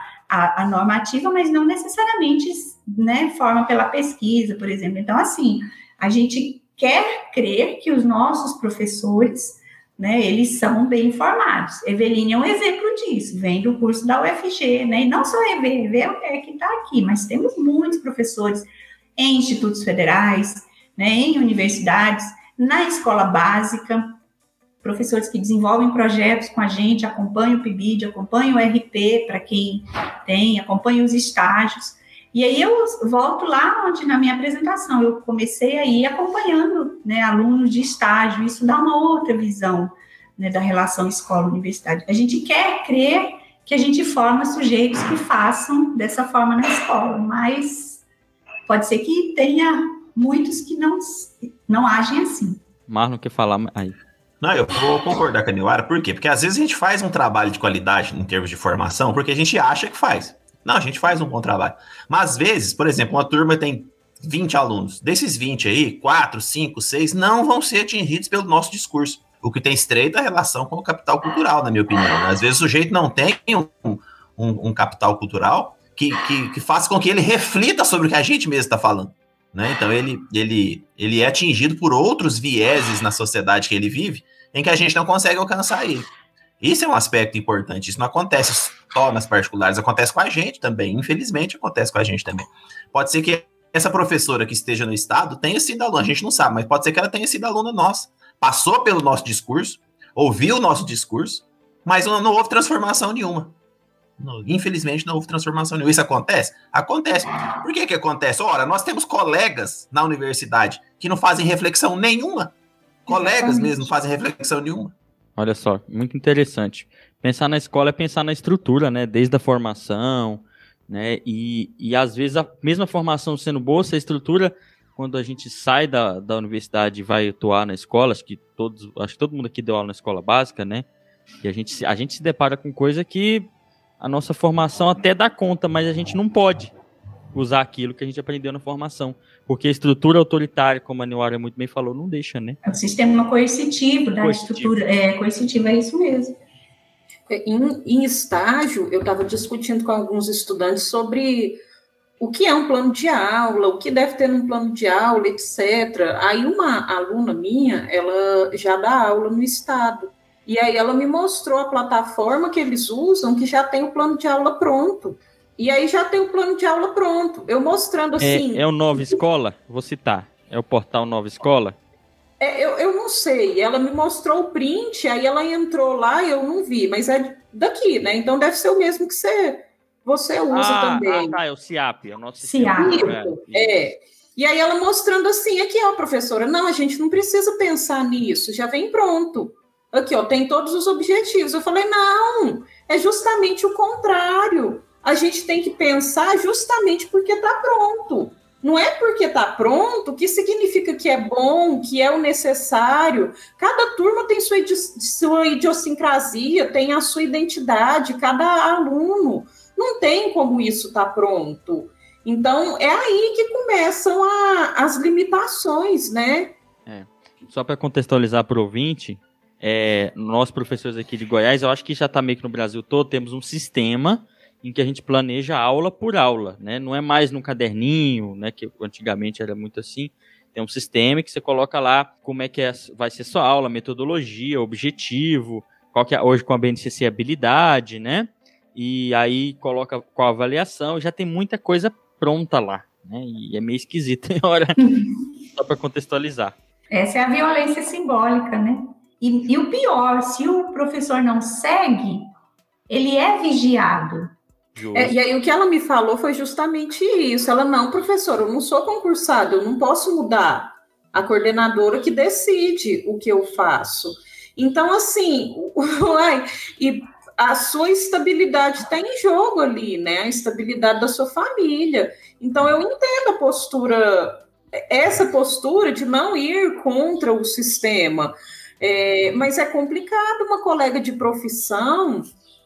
a normativa, mas não necessariamente, né, forma pela pesquisa, por exemplo. Então, assim, a gente quer crer que os nossos professores, né, eles são bem formados. Eveline é um exemplo disso, vem do curso da UFG, né, e não só a EV é que está aqui, mas temos muitos professores em institutos federais, né, em universidades, na escola básica, professores que desenvolvem projetos com a gente, acompanham o PIBID, acompanham o RP, para quem tem, acompanham os estágios. E aí eu volto lá onde, na minha apresentação, eu comecei aí acompanhando, né, alunos de estágio. Isso dá uma outra visão, né, da relação escola-universidade. A gente quer crer que a gente forma sujeitos que façam dessa forma na escola, mas pode ser que tenha muitos que não agem assim. Marlon quer falar aí. Não, eu vou concordar com a Niuara, por quê? Porque às vezes a gente faz um trabalho de qualidade em termos de formação, porque a gente acha que faz. Não, a gente faz um bom trabalho. Mas às vezes, por exemplo, uma turma tem 20 alunos. Desses 20 aí, 4, 5, 6 não vão ser atingidos pelo nosso discurso. O que tem estreita relação com o capital cultural, na minha opinião. Às vezes o sujeito não tem um capital cultural que faça com que ele reflita sobre o que a gente mesmo está falando. Né? Então ele é atingido por outros vieses na sociedade que ele vive, em que a gente não consegue alcançar ele. Isso é um aspecto importante, isso não acontece só nas particulares, acontece com a gente também, infelizmente acontece com a gente também. Pode ser que essa professora que esteja no estado tenha sido aluna, a gente não sabe, mas pode ser que ela tenha sido aluna nossa, passou pelo nosso discurso, ouviu o nosso discurso, mas não houve transformação nenhuma. Infelizmente não houve transformação nenhuma. Isso acontece? Acontece. Por que acontece? Ora, nós temos colegas na universidade que não fazem reflexão nenhuma. Colegas mesmo não fazem reflexão nenhuma. Olha só, muito interessante. Pensar na escola é pensar na estrutura, né? Desde a formação, né? E às vezes a mesma formação sendo boa, se a estrutura, quando a gente sai da universidade e vai atuar na escola, acho que todo mundo aqui deu aula na escola básica, né? E a gente se depara com coisa que a nossa formação até dá conta, mas a gente não pode usar aquilo que a gente aprendeu na formação. Porque a estrutura autoritária, como a Niuara muito bem falou, não deixa, né? É o sistema coercitivo da estrutura. Coercitivo, é isso mesmo. Em estágio, eu estava discutindo com alguns estudantes sobre o que é um plano de aula, o que deve ter num plano de aula, etc. Aí uma aluna minha, ela já dá aula no estado. E aí ela me mostrou a plataforma que eles usam, que já tem o plano de aula pronto. E aí já tem o plano de aula pronto. Eu mostrando assim... É o Nova Escola? Vou citar. É o portal Nova Escola? Eu não sei. Ela me mostrou o print, aí ela entrou lá e eu não vi. Mas é daqui, né? Então deve ser o mesmo que você usa também. É o CIAP. É o nosso CIAP. E aí ela mostrando assim, aqui, ó, professora. Não, a gente não precisa pensar nisso. Já vem pronto. Aqui, ó, tem todos os objetivos. Eu falei, não, é justamente o contrário. A gente tem que pensar justamente porque está pronto. Não é porque está pronto que significa que é bom, que é o necessário. Cada turma tem sua idiosincrasia, tem a sua identidade, cada aluno. Não tem como isso estar pronto. Então, é aí que começam as limitações, né? Só para contextualizar para o ouvinte, nós professores aqui de Goiás, eu acho que já está meio que no Brasil todo, temos um sistema em que a gente planeja aula por aula, né? Não é mais num caderninho, né? Que antigamente era muito assim. Tem um sistema que você coloca lá como é que vai ser sua aula, metodologia, objetivo, qual que é hoje com a BNCC habilidade, né? E aí coloca qual a avaliação, já tem muita coisa pronta lá, né? E é meio esquisito, tem hora, só para contextualizar. Essa é a violência simbólica, né? E o pior, se o professor não segue, ele é vigiado. E aí o que ela me falou foi justamente isso. Ela, não, professora, eu não sou concursada, eu não posso mudar. A coordenadora que decide o que eu faço. Então, assim, e a sua estabilidade está em jogo ali, né? A estabilidade da sua família. Então, eu entendo essa postura de não ir contra o sistema. Mas é complicado uma colega de profissão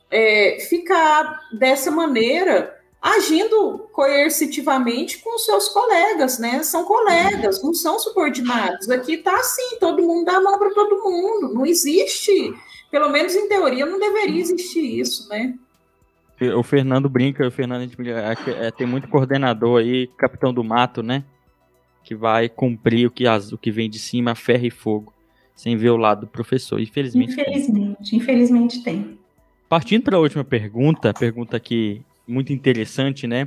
ficar dessa maneira, agindo coercitivamente com os seus colegas, né? São colegas, não são subordinados. Aqui está assim, todo mundo dá a mão para todo mundo. Não existe, pelo menos em teoria, não deveria existir isso, né? O Fernando brinca, tem muito coordenador aí, capitão do mato, né? Que vai cumprir o que vem de cima, ferro e fogo, sem ver o lado do professor. Infelizmente tem. Partindo para a última pergunta aqui muito interessante, né?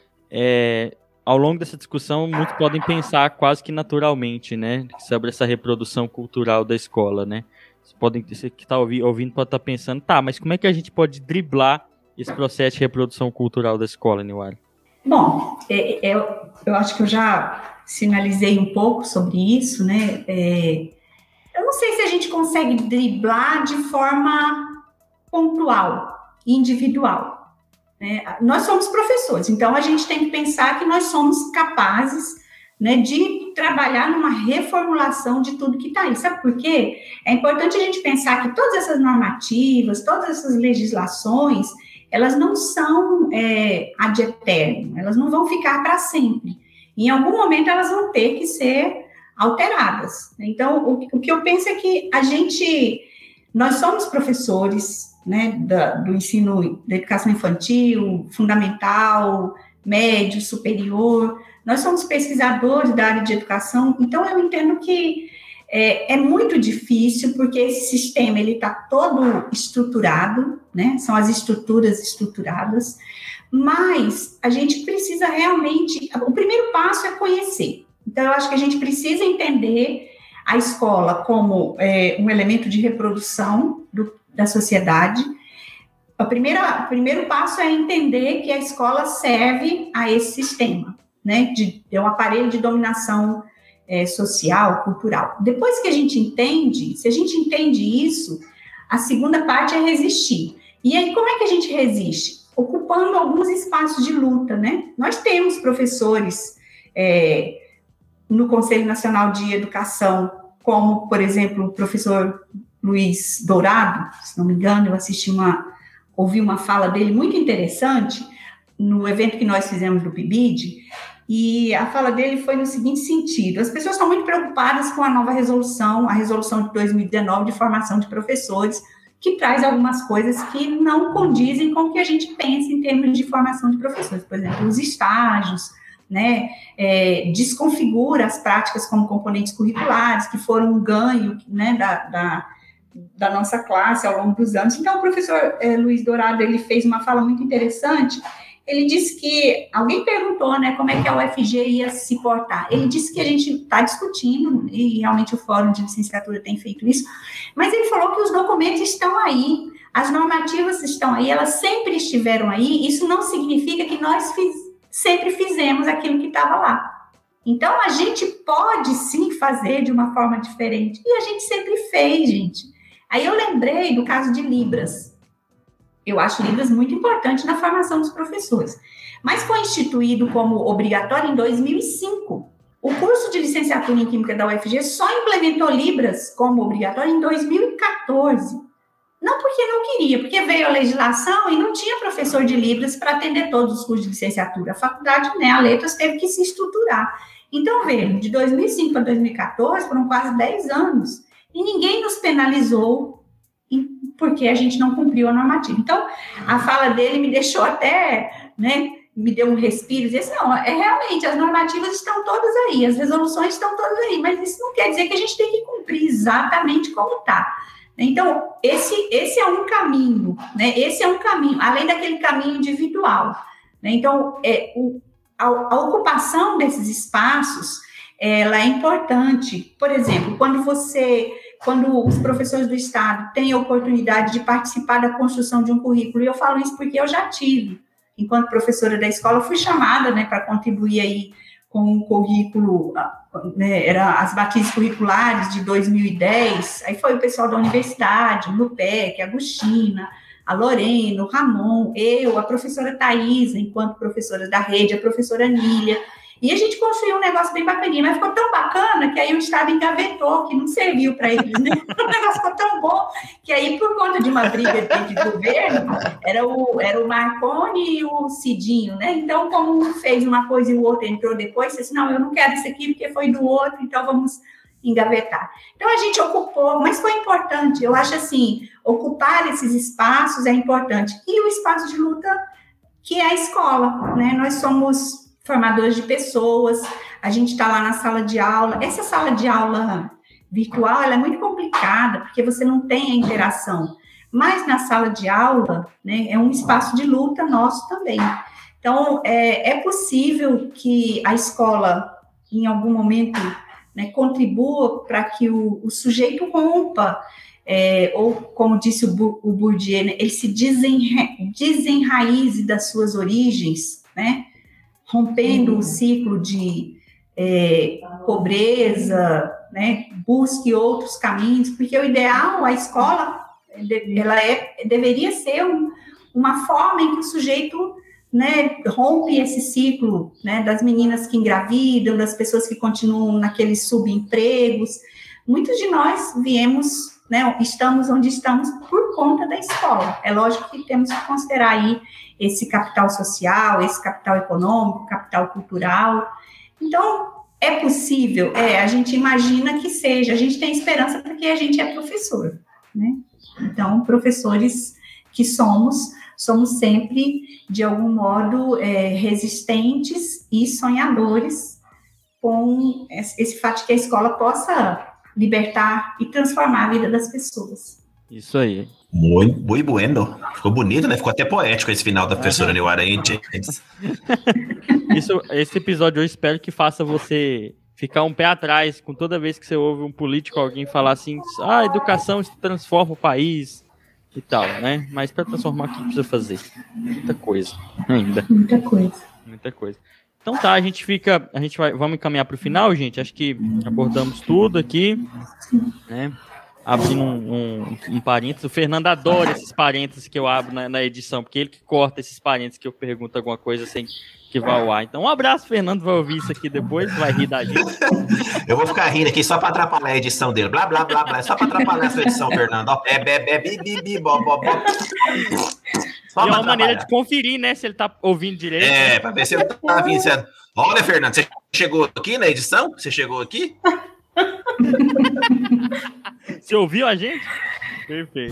Ao longo dessa discussão, muitos podem pensar quase que naturalmente, né? Sobre essa reprodução cultural da escola, né? Você que está ouvindo pode estar pensando, mas como é que a gente pode driblar esse processo de reprodução cultural da escola, Niuara? Bom, eu acho que eu já sinalizei um pouco sobre isso, né? Eu não sei se a gente consegue driblar de forma pontual, individual, né? Nós somos professores, então a gente tem que pensar que nós somos capazes, né, de trabalhar numa reformulação de tudo que está aí. Sabe por quê? É importante a gente pensar que todas essas normativas, todas essas legislações, elas não são ad eternum, elas não vão ficar para sempre. Em algum momento elas vão ter que ser alteradas. Então, o que eu penso é que nós somos professores, né, do ensino, da educação infantil, fundamental, médio, superior, nós somos pesquisadores da área de educação, então eu entendo que é muito difícil, porque esse sistema ele está todo estruturado, né, são as estruturas estruturadas, mas a gente precisa realmente, o primeiro passo é conhecer, então eu acho que a gente precisa entender a escola como um elemento de reprodução da sociedade. O primeiro passo é entender que a escola serve a esse sistema, né? É um aparelho de dominação social, cultural. Depois que a gente entende, se a gente entende isso, a segunda parte é resistir. E aí, como é que a gente resiste? Ocupando alguns espaços de luta, né? Nós temos professores no Conselho Nacional de Educação, como, por exemplo, o professor Luiz Dourado, se não me engano, ouvi uma fala dele muito interessante no evento que nós fizemos do PIBID, e a fala dele foi no seguinte sentido: as pessoas estão muito preocupadas com a nova resolução, a resolução de 2019 de formação de professores, que traz algumas coisas que não condizem com o que a gente pensa em termos de formação de professores, por exemplo, os estágios, né, desconfigura as práticas como componentes curriculares, que foram um ganho, né, da nossa classe ao longo dos anos. Então, o professor Luiz Dourado, ele fez uma fala muito interessante. Ele disse que, alguém perguntou, né, como é que a UFG ia se portar. Ele disse que a gente está discutindo, e realmente o Fórum de Licenciatura tem feito isso, mas ele falou que os documentos estão aí, as normativas estão aí, elas sempre estiveram aí. Isso não significa que nós sempre fizemos aquilo que estava lá. Então, a gente pode, sim, fazer de uma forma diferente, e a gente sempre fez, gente. Aí eu lembrei do caso de Libras. Eu acho Libras muito importante na formação dos professores, mas foi instituído como obrigatório em 2005. O curso de licenciatura em Química da UFG só implementou Libras como obrigatório em 2014. Não porque não queria, porque veio a legislação e não tinha professor de Libras para atender todos os cursos de licenciatura. A faculdade, né, a Letras, teve que se estruturar. Então, veja, de 2005 para 2014 foram quase 10 anos e ninguém nos penalizou porque a gente não cumpriu a normativa. Então, a fala dele me deixou até, né, me deu um respiro, e disse, não, realmente, as normativas estão todas aí, as resoluções estão todas aí, mas isso não quer dizer que a gente tem que cumprir exatamente como está. Então, esse é um caminho, né, esse é um caminho, além daquele caminho individual, né? Então, a ocupação desses espaços, ela é importante. Por exemplo, quando os professores do Estado têm a oportunidade de participar da construção de um currículo, e eu falo isso porque eu já tive, enquanto professora da escola, eu fui chamada, né, para contribuir aí com um currículo, né, era as batizes curriculares de 2010, aí foi o pessoal da universidade, o NUPEC, a Agostina, a Lorena, o Ramon, eu, a professora Thaisa, enquanto professora da rede, a professora Nília, e a gente construiu um negócio bem bacaninha, mas ficou tão bacana que aí o Estado engavetou, que não serviu para eles, né? O negócio ficou tão bom que aí, por conta de uma briga de governo, era o Marconi e o Cidinho, né? Então, como um fez uma coisa e o outro entrou depois, disse, não, eu não quero isso aqui porque foi do outro, então vamos engavetar. Então, a gente ocupou, mas foi importante. Eu acho assim, ocupar esses espaços é importante. E o espaço de luta, que é a escola, né? Nós somos formadores de pessoas, a gente está lá na sala de aula. Essa sala de aula virtual, ela é muito complicada, porque você não tem a interação, mas na sala de aula, né, é um espaço de luta nosso também. Então, é possível que a escola, em algum momento, né, contribua para que o sujeito rompa, ou, como disse o Bourdieu, né, ele se desenraize das suas origens, né, rompendo o ciclo de pobreza, né, busque outros caminhos, porque o ideal, a escola, ela deveria ser uma forma em que o sujeito, né, rompe esse ciclo, né, das meninas que engravidam, das pessoas que continuam naqueles subempregos. Muitos de nós viemos, né, estamos onde estamos por conta da escola. É lógico que temos que considerar aí esse capital social, esse capital econômico, capital cultural. Então, é possível, a gente imagina que seja, a gente tem esperança porque a gente é professor, né? Então, professores que somos sempre, de algum modo, resistentes e sonhadores com esse fato de que a escola possa libertar e transformar a vida das pessoas. Isso aí. Muito bueno. Ficou bonito, né? Ficou até poético esse final da professora Niuara, hein, gente? Esse episódio eu espero que faça você ficar um pé atrás com toda vez que você ouve um político, alguém falar assim, a educação transforma o país e tal, né? Mas para transformar, o que precisa fazer? Muita coisa ainda. Muita coisa. Então tá, vamos encaminhar para o final, gente. Acho que abordamos tudo aqui, né? abrindo um parênteses. O Fernando adora esses parênteses que eu abro na edição, porque ele que corta esses parênteses que eu pergunto alguma coisa sem que vá ao ar. Então, um abraço, Fernando, vai ouvir isso aqui depois, vai rir da gente. Eu vou ficar rindo aqui só pra atrapalhar a edição dele. Blá, blá, blá, blá. Só pra atrapalhar a sua edição, Fernando. Ó, bi, bo, bo, bo. E é uma maneira de conferir, né, se ele tá ouvindo direito. É, pra ver se ele tá vindo certo. Olha, Fernando, você chegou aqui na edição? Você chegou aqui? Você ouviu a gente? Perfeito.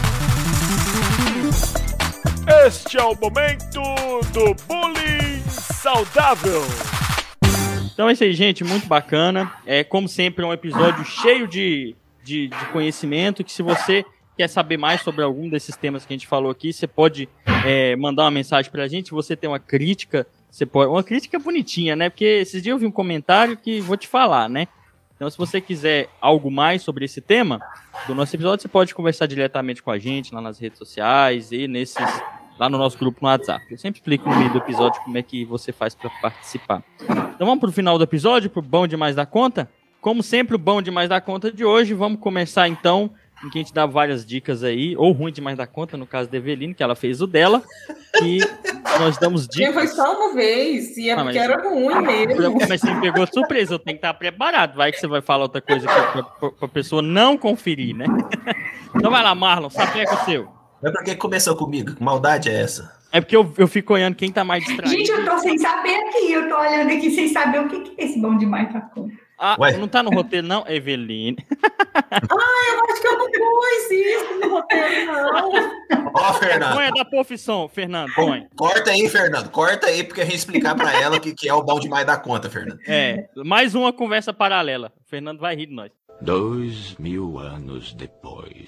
Este é o momento do bullying saudável. Então é isso aí, gente, muito bacana. Como sempre, é um episódio cheio de conhecimento, que se você quer saber mais sobre algum desses temas que a gente falou aqui, você pode mandar uma mensagem pra gente. Se você tem uma crítica, uma crítica bonitinha, né? Porque esses dias eu vi um comentário que vou te falar, né? Então, se você quiser algo mais sobre esse tema do nosso episódio, você pode conversar diretamente com a gente lá nas redes sociais e lá no nosso grupo no WhatsApp. Eu sempre explico no meio do episódio como é que você faz para participar. Então, vamos pro final do episódio, pro Bom Demais da Conta. Como sempre, o Bom Demais da Conta de hoje. Vamos começar, então, em que a gente dá várias dicas aí, ou ruim demais da conta, no caso da Eveline, que ela fez o dela, e nós damos dicas. Foi só uma vez, e porque era ruim mesmo. Mas você me pegou de surpresa, eu tenho que estar preparado. Vai que você vai falar outra coisa pra pessoa não conferir, né? Então vai lá, Marlon, sapeca o seu. Mas por que começou comigo? Que maldade é essa? É porque eu fico olhando quem tá mais distraído. Gente, eu tô sem saber aqui, eu tô olhando aqui sem saber o que é esse Bom Demais da Conta. Não tá no roteiro, não, Eveline? Eu acho que eu não pus isso no roteiro, não. Ó, Fernando. Põe da profissão, Fernando, põe. Corta aí, Fernando. Corta aí, porque a gente explicar pra ela o que é o Bom Demais da Conta, Fernando. Mais uma conversa paralela. O Fernando vai rir de nós. 2000 anos depois.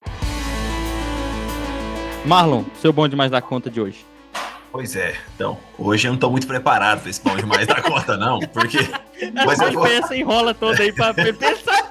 Marlon, seu Bom Demais da Conta de hoje. Pois é, então, hoje eu não tô muito preparado pra esse Bom Demais da Conta, não, porque... Mas eu vou... pensa, enrola toda aí pra pensar.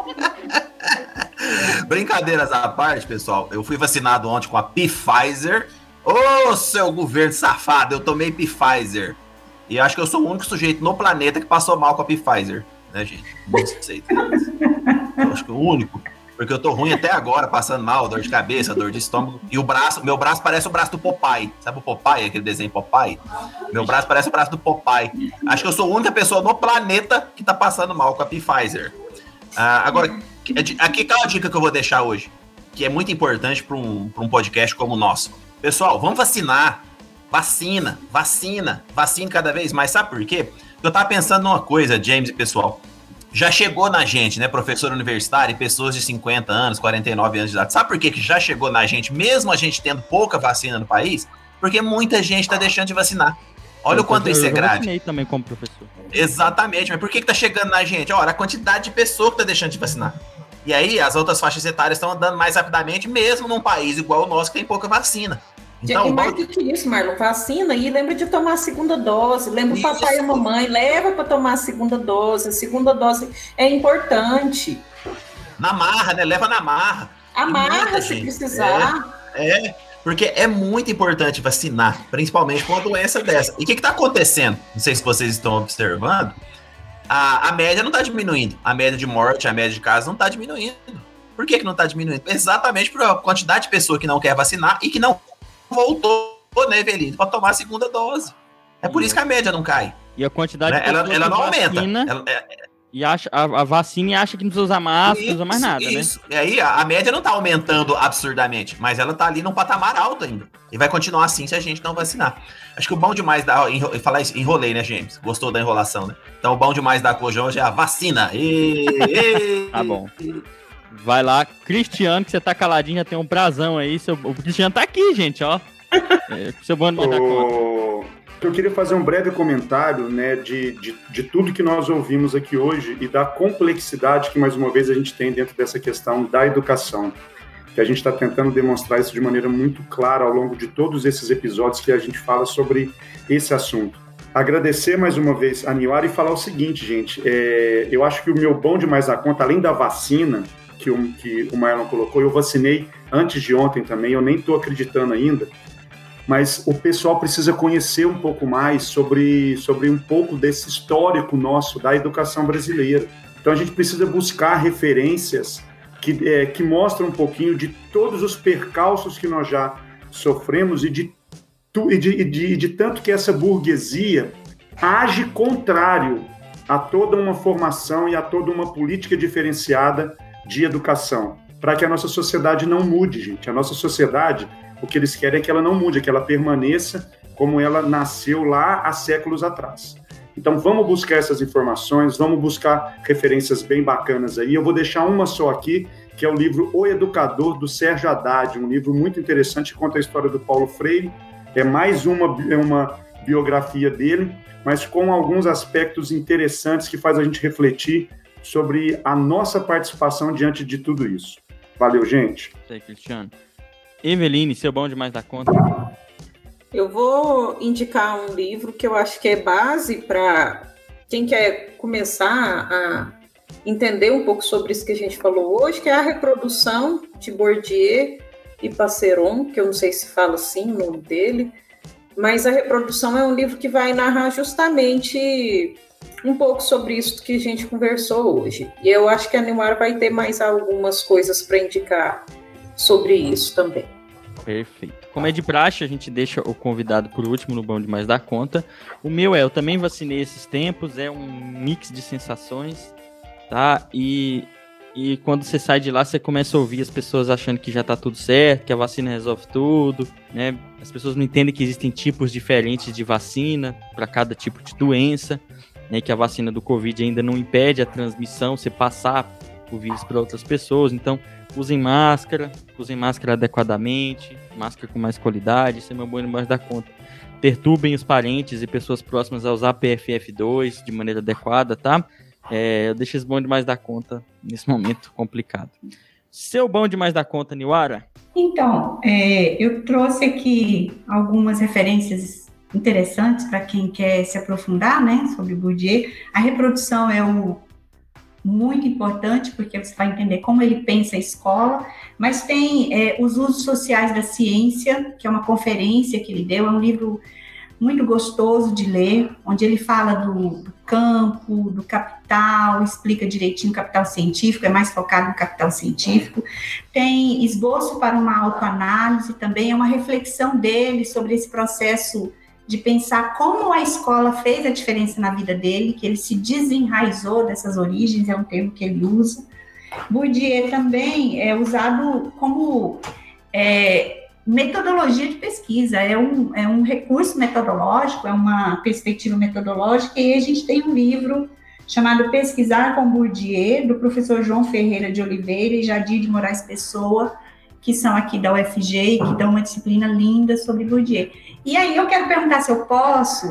Brincadeiras à parte, pessoal, eu fui vacinado ontem com a Pfizer. Ô, seu governo safado, eu tomei Pfizer. E acho que eu sou o único sujeito no planeta que passou mal com a Pfizer, né, gente? Muito sei. Eu acho que o único. Porque eu tô ruim até agora, passando mal, dor de cabeça, dor de estômago. E meu braço parece o braço do Popeye. Sabe o Popeye, aquele desenho Popeye? Meu braço parece o braço do Popeye. Acho que eu sou a única pessoa no planeta que tá passando mal com a Pfizer. Agora, aqui qual a dica que eu vou deixar hoje? Que é muito importante para um podcast como o nosso. Pessoal, vamos vacinar. Vacina cada vez mais. Sabe por quê? Eu tava pensando numa coisa, James e pessoal. Já chegou na gente, né, professor universitário e pessoas de 50 anos, 49 anos de idade. Sabe por que já chegou na gente, mesmo a gente tendo pouca vacina no país? Porque muita gente tá deixando de vacinar. Olha o quanto isso é grave. Eu vacinei também como professor. Exatamente, mas por que tá chegando na gente? Olha, a quantidade de pessoas que tá deixando de vacinar. E aí, as outras faixas etárias estão andando mais rapidamente, mesmo num país igual o nosso, que tem pouca vacina. Então, e mais do que isso, Marlon, vacina e lembra de tomar a segunda dose, lembra o papai e a mamãe, leva para tomar a segunda dose é importante. Na marra, né? Leva na marra. Amarra se precisar. Porque é muito importante vacinar, principalmente com uma doença dessa. E o que está acontecendo? Não sei se vocês estão observando, a média não está diminuindo. A média de morte, a média de casos não está diminuindo. Por que não está diminuindo? Exatamente por a quantidade de pessoa que não quer vacinar e que não voltou, né, Eveline, para tomar a segunda dose. É por isso que a média não cai. E a quantidade de pessoas ela não aumenta. E acha, a vacina e acha que não precisa usar máscara, não usa mais nada, né? E aí a média não tá aumentando absurdamente, mas ela tá ali num patamar alto ainda. E vai continuar assim se a gente não vacinar. Acho que o bom demais da... Falar isso, enrolei, né, James? Gostou da enrolação, né? Então o bom demais da Cojão hoje é a vacina. Tá bom. Vai lá, Cristiano, que você tá caladinho, já tem um prazão aí. O Cristiano tá aqui, gente, ó. Seu bom demais da conta. Eu queria fazer um breve comentário, né, de tudo que nós ouvimos aqui hoje e da complexidade que, mais uma vez, a gente tem dentro dessa questão da educação. Que a gente está tentando demonstrar isso de maneira muito clara ao longo de todos esses episódios que a gente fala sobre esse assunto. Agradecer mais uma vez a Niuara e falar o seguinte, gente, eu acho que o meu bom demais da conta, além da vacina que o Marlon colocou, eu vacinei antes de ontem também, eu nem estou acreditando ainda, mas o pessoal precisa conhecer um pouco mais sobre um pouco desse histórico nosso da educação brasileira. Então a gente precisa buscar referências que mostra um pouquinho de todos os percalços que nós já sofremos e de tanto que essa burguesia age contrário a toda uma formação e a toda uma política diferenciada de educação, para que a nossa sociedade não mude, gente. A nossa sociedade, o que eles querem é que ela não mude, é que ela permaneça como ela nasceu lá há séculos atrás. Então, vamos buscar essas informações, vamos buscar referências bem bacanas aí. Eu vou deixar uma só aqui, que é o livro O Educador, do Sérgio Haddad, um livro muito interessante que conta a história do Paulo Freire. É mais uma biografia dele, mas com alguns aspectos interessantes que faz a gente refletir sobre a nossa participação diante de tudo isso. Valeu, gente. Isso aí, Cristiano. Eveline, seu bom demais da conta. Eu vou indicar um livro que eu acho que é base para quem quer começar a entender um pouco sobre isso que a gente falou hoje, que é A Reprodução, de Bourdieu e Passeron, que eu não sei se fala assim o nome dele, mas A Reprodução é um livro que vai narrar justamente um pouco sobre isso que a gente conversou hoje. E eu acho que a Nilmara vai ter mais algumas coisas para indicar sobre isso também. Perfeito. Como é de praxe, a gente deixa o convidado por último no Bom Demais da Conta. O meu eu também vacinei esses tempos, é um mix de sensações, tá? E quando você sai de lá, você começa a ouvir as pessoas achando que já tá tudo certo, que a vacina resolve tudo, né? As pessoas não entendem que existem tipos diferentes de vacina para cada tipo de doença, né? Que a vacina do Covid ainda não impede a transmissão, você passar o vírus para outras pessoas. Então, usem máscara adequadamente, máscara com mais qualidade, isso é meu bom demais da conta. Perturbem os parentes e pessoas próximas a usar PFF2 de maneira adequada, tá? Eu deixo esse bom demais da conta nesse momento complicado. Seu bom demais da conta, Nilmara? Então, eu trouxe aqui algumas referências interessantes para quem quer se aprofundar, né, sobre Bourdieu. A reprodução é muito importante, porque você vai entender como ele pensa a escola, mas tem os usos sociais da ciência, que é uma conferência que ele deu, é um livro muito gostoso de ler, onde ele fala do campo, do capital, explica direitinho o capital científico, é mais focado no capital científico. Tem esboço para uma autoanálise também, é uma reflexão dele sobre esse processo de pensar como a escola fez a diferença na vida dele, que ele se desenraizou dessas origens, é um termo que ele usa. Bourdieu também é usado como metodologia de pesquisa, é um recurso metodológico, é uma perspectiva metodológica, e aí a gente tem um livro chamado Pesquisar com Bourdieu, do professor João Ferreira de Oliveira e Jadir de Moraes Pessoa, que são aqui da UFG e que dão uma disciplina linda sobre Bourdieu. E aí eu quero perguntar se eu posso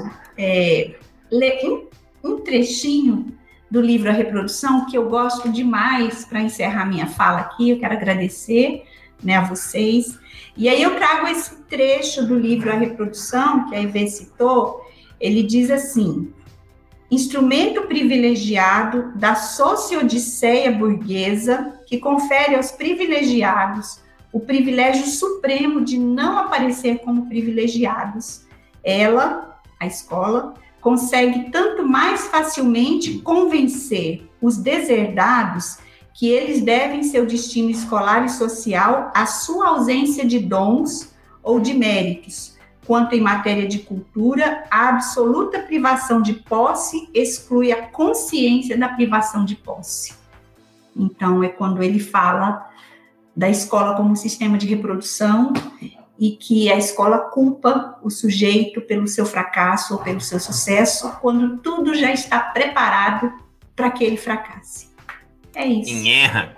ler um trechinho do livro A Reprodução, que eu gosto demais para encerrar minha fala aqui. Eu quero agradecer, né, a vocês. E aí eu trago esse trecho do livro A Reprodução, que a Ivê citou. Ele diz assim: instrumento privilegiado da socio-odisseia burguesa que confere aos privilegiados o privilégio supremo de não aparecer como privilegiados. Ela, a escola, consegue tanto mais facilmente convencer os deserdados que eles devem seu destino escolar e social à sua ausência de dons ou de méritos, quanto em matéria de cultura, a absoluta privação de posse exclui a consciência da privação de posse. Então, é quando ele fala da escola como um sistema de reprodução e que a escola culpa o sujeito pelo seu fracasso ou pelo seu sucesso, quando tudo já está preparado para que ele fracasse. É isso. Inherra.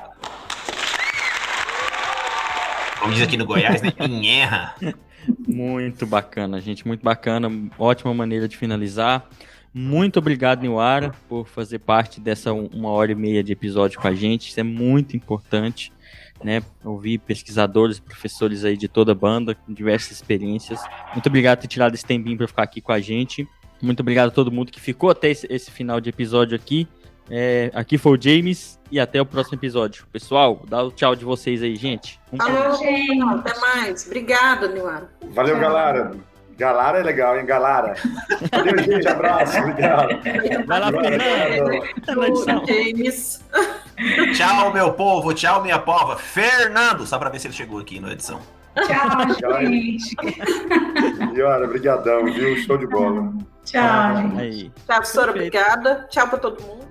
Como diz aqui no Goiás, né? Inherra. Muito bacana, gente. Muito bacana. Ótima maneira de finalizar. Muito obrigado, Nilmara, por fazer parte dessa 1h30 de episódio com a gente. Isso é muito importante, né? Ouvir pesquisadores, professores aí de toda a banda, com diversas experiências. Muito obrigado por ter tirado esse tempinho para ficar aqui com a gente. Muito obrigado a todo mundo que ficou até esse final de episódio aqui. Aqui foi o James e até o próximo episódio. Pessoal, dá o tchau de vocês aí, gente. Alô, gente. Até mais. Obrigada, Nilmara. Valeu, galera. Galara é legal, hein? Galara. Valeu, gente. Abraço. Obrigado. Vai lá, Fernando. James. Tchau, meu povo. Tchau, minha pova. Fernando, só pra ver se ele chegou aqui na edição. Tchau, gente. Senhora, brigadão, viu? Show de bola. Tchau, gente. Aí. Tchau, professora. Obrigada. Tchau para todo mundo.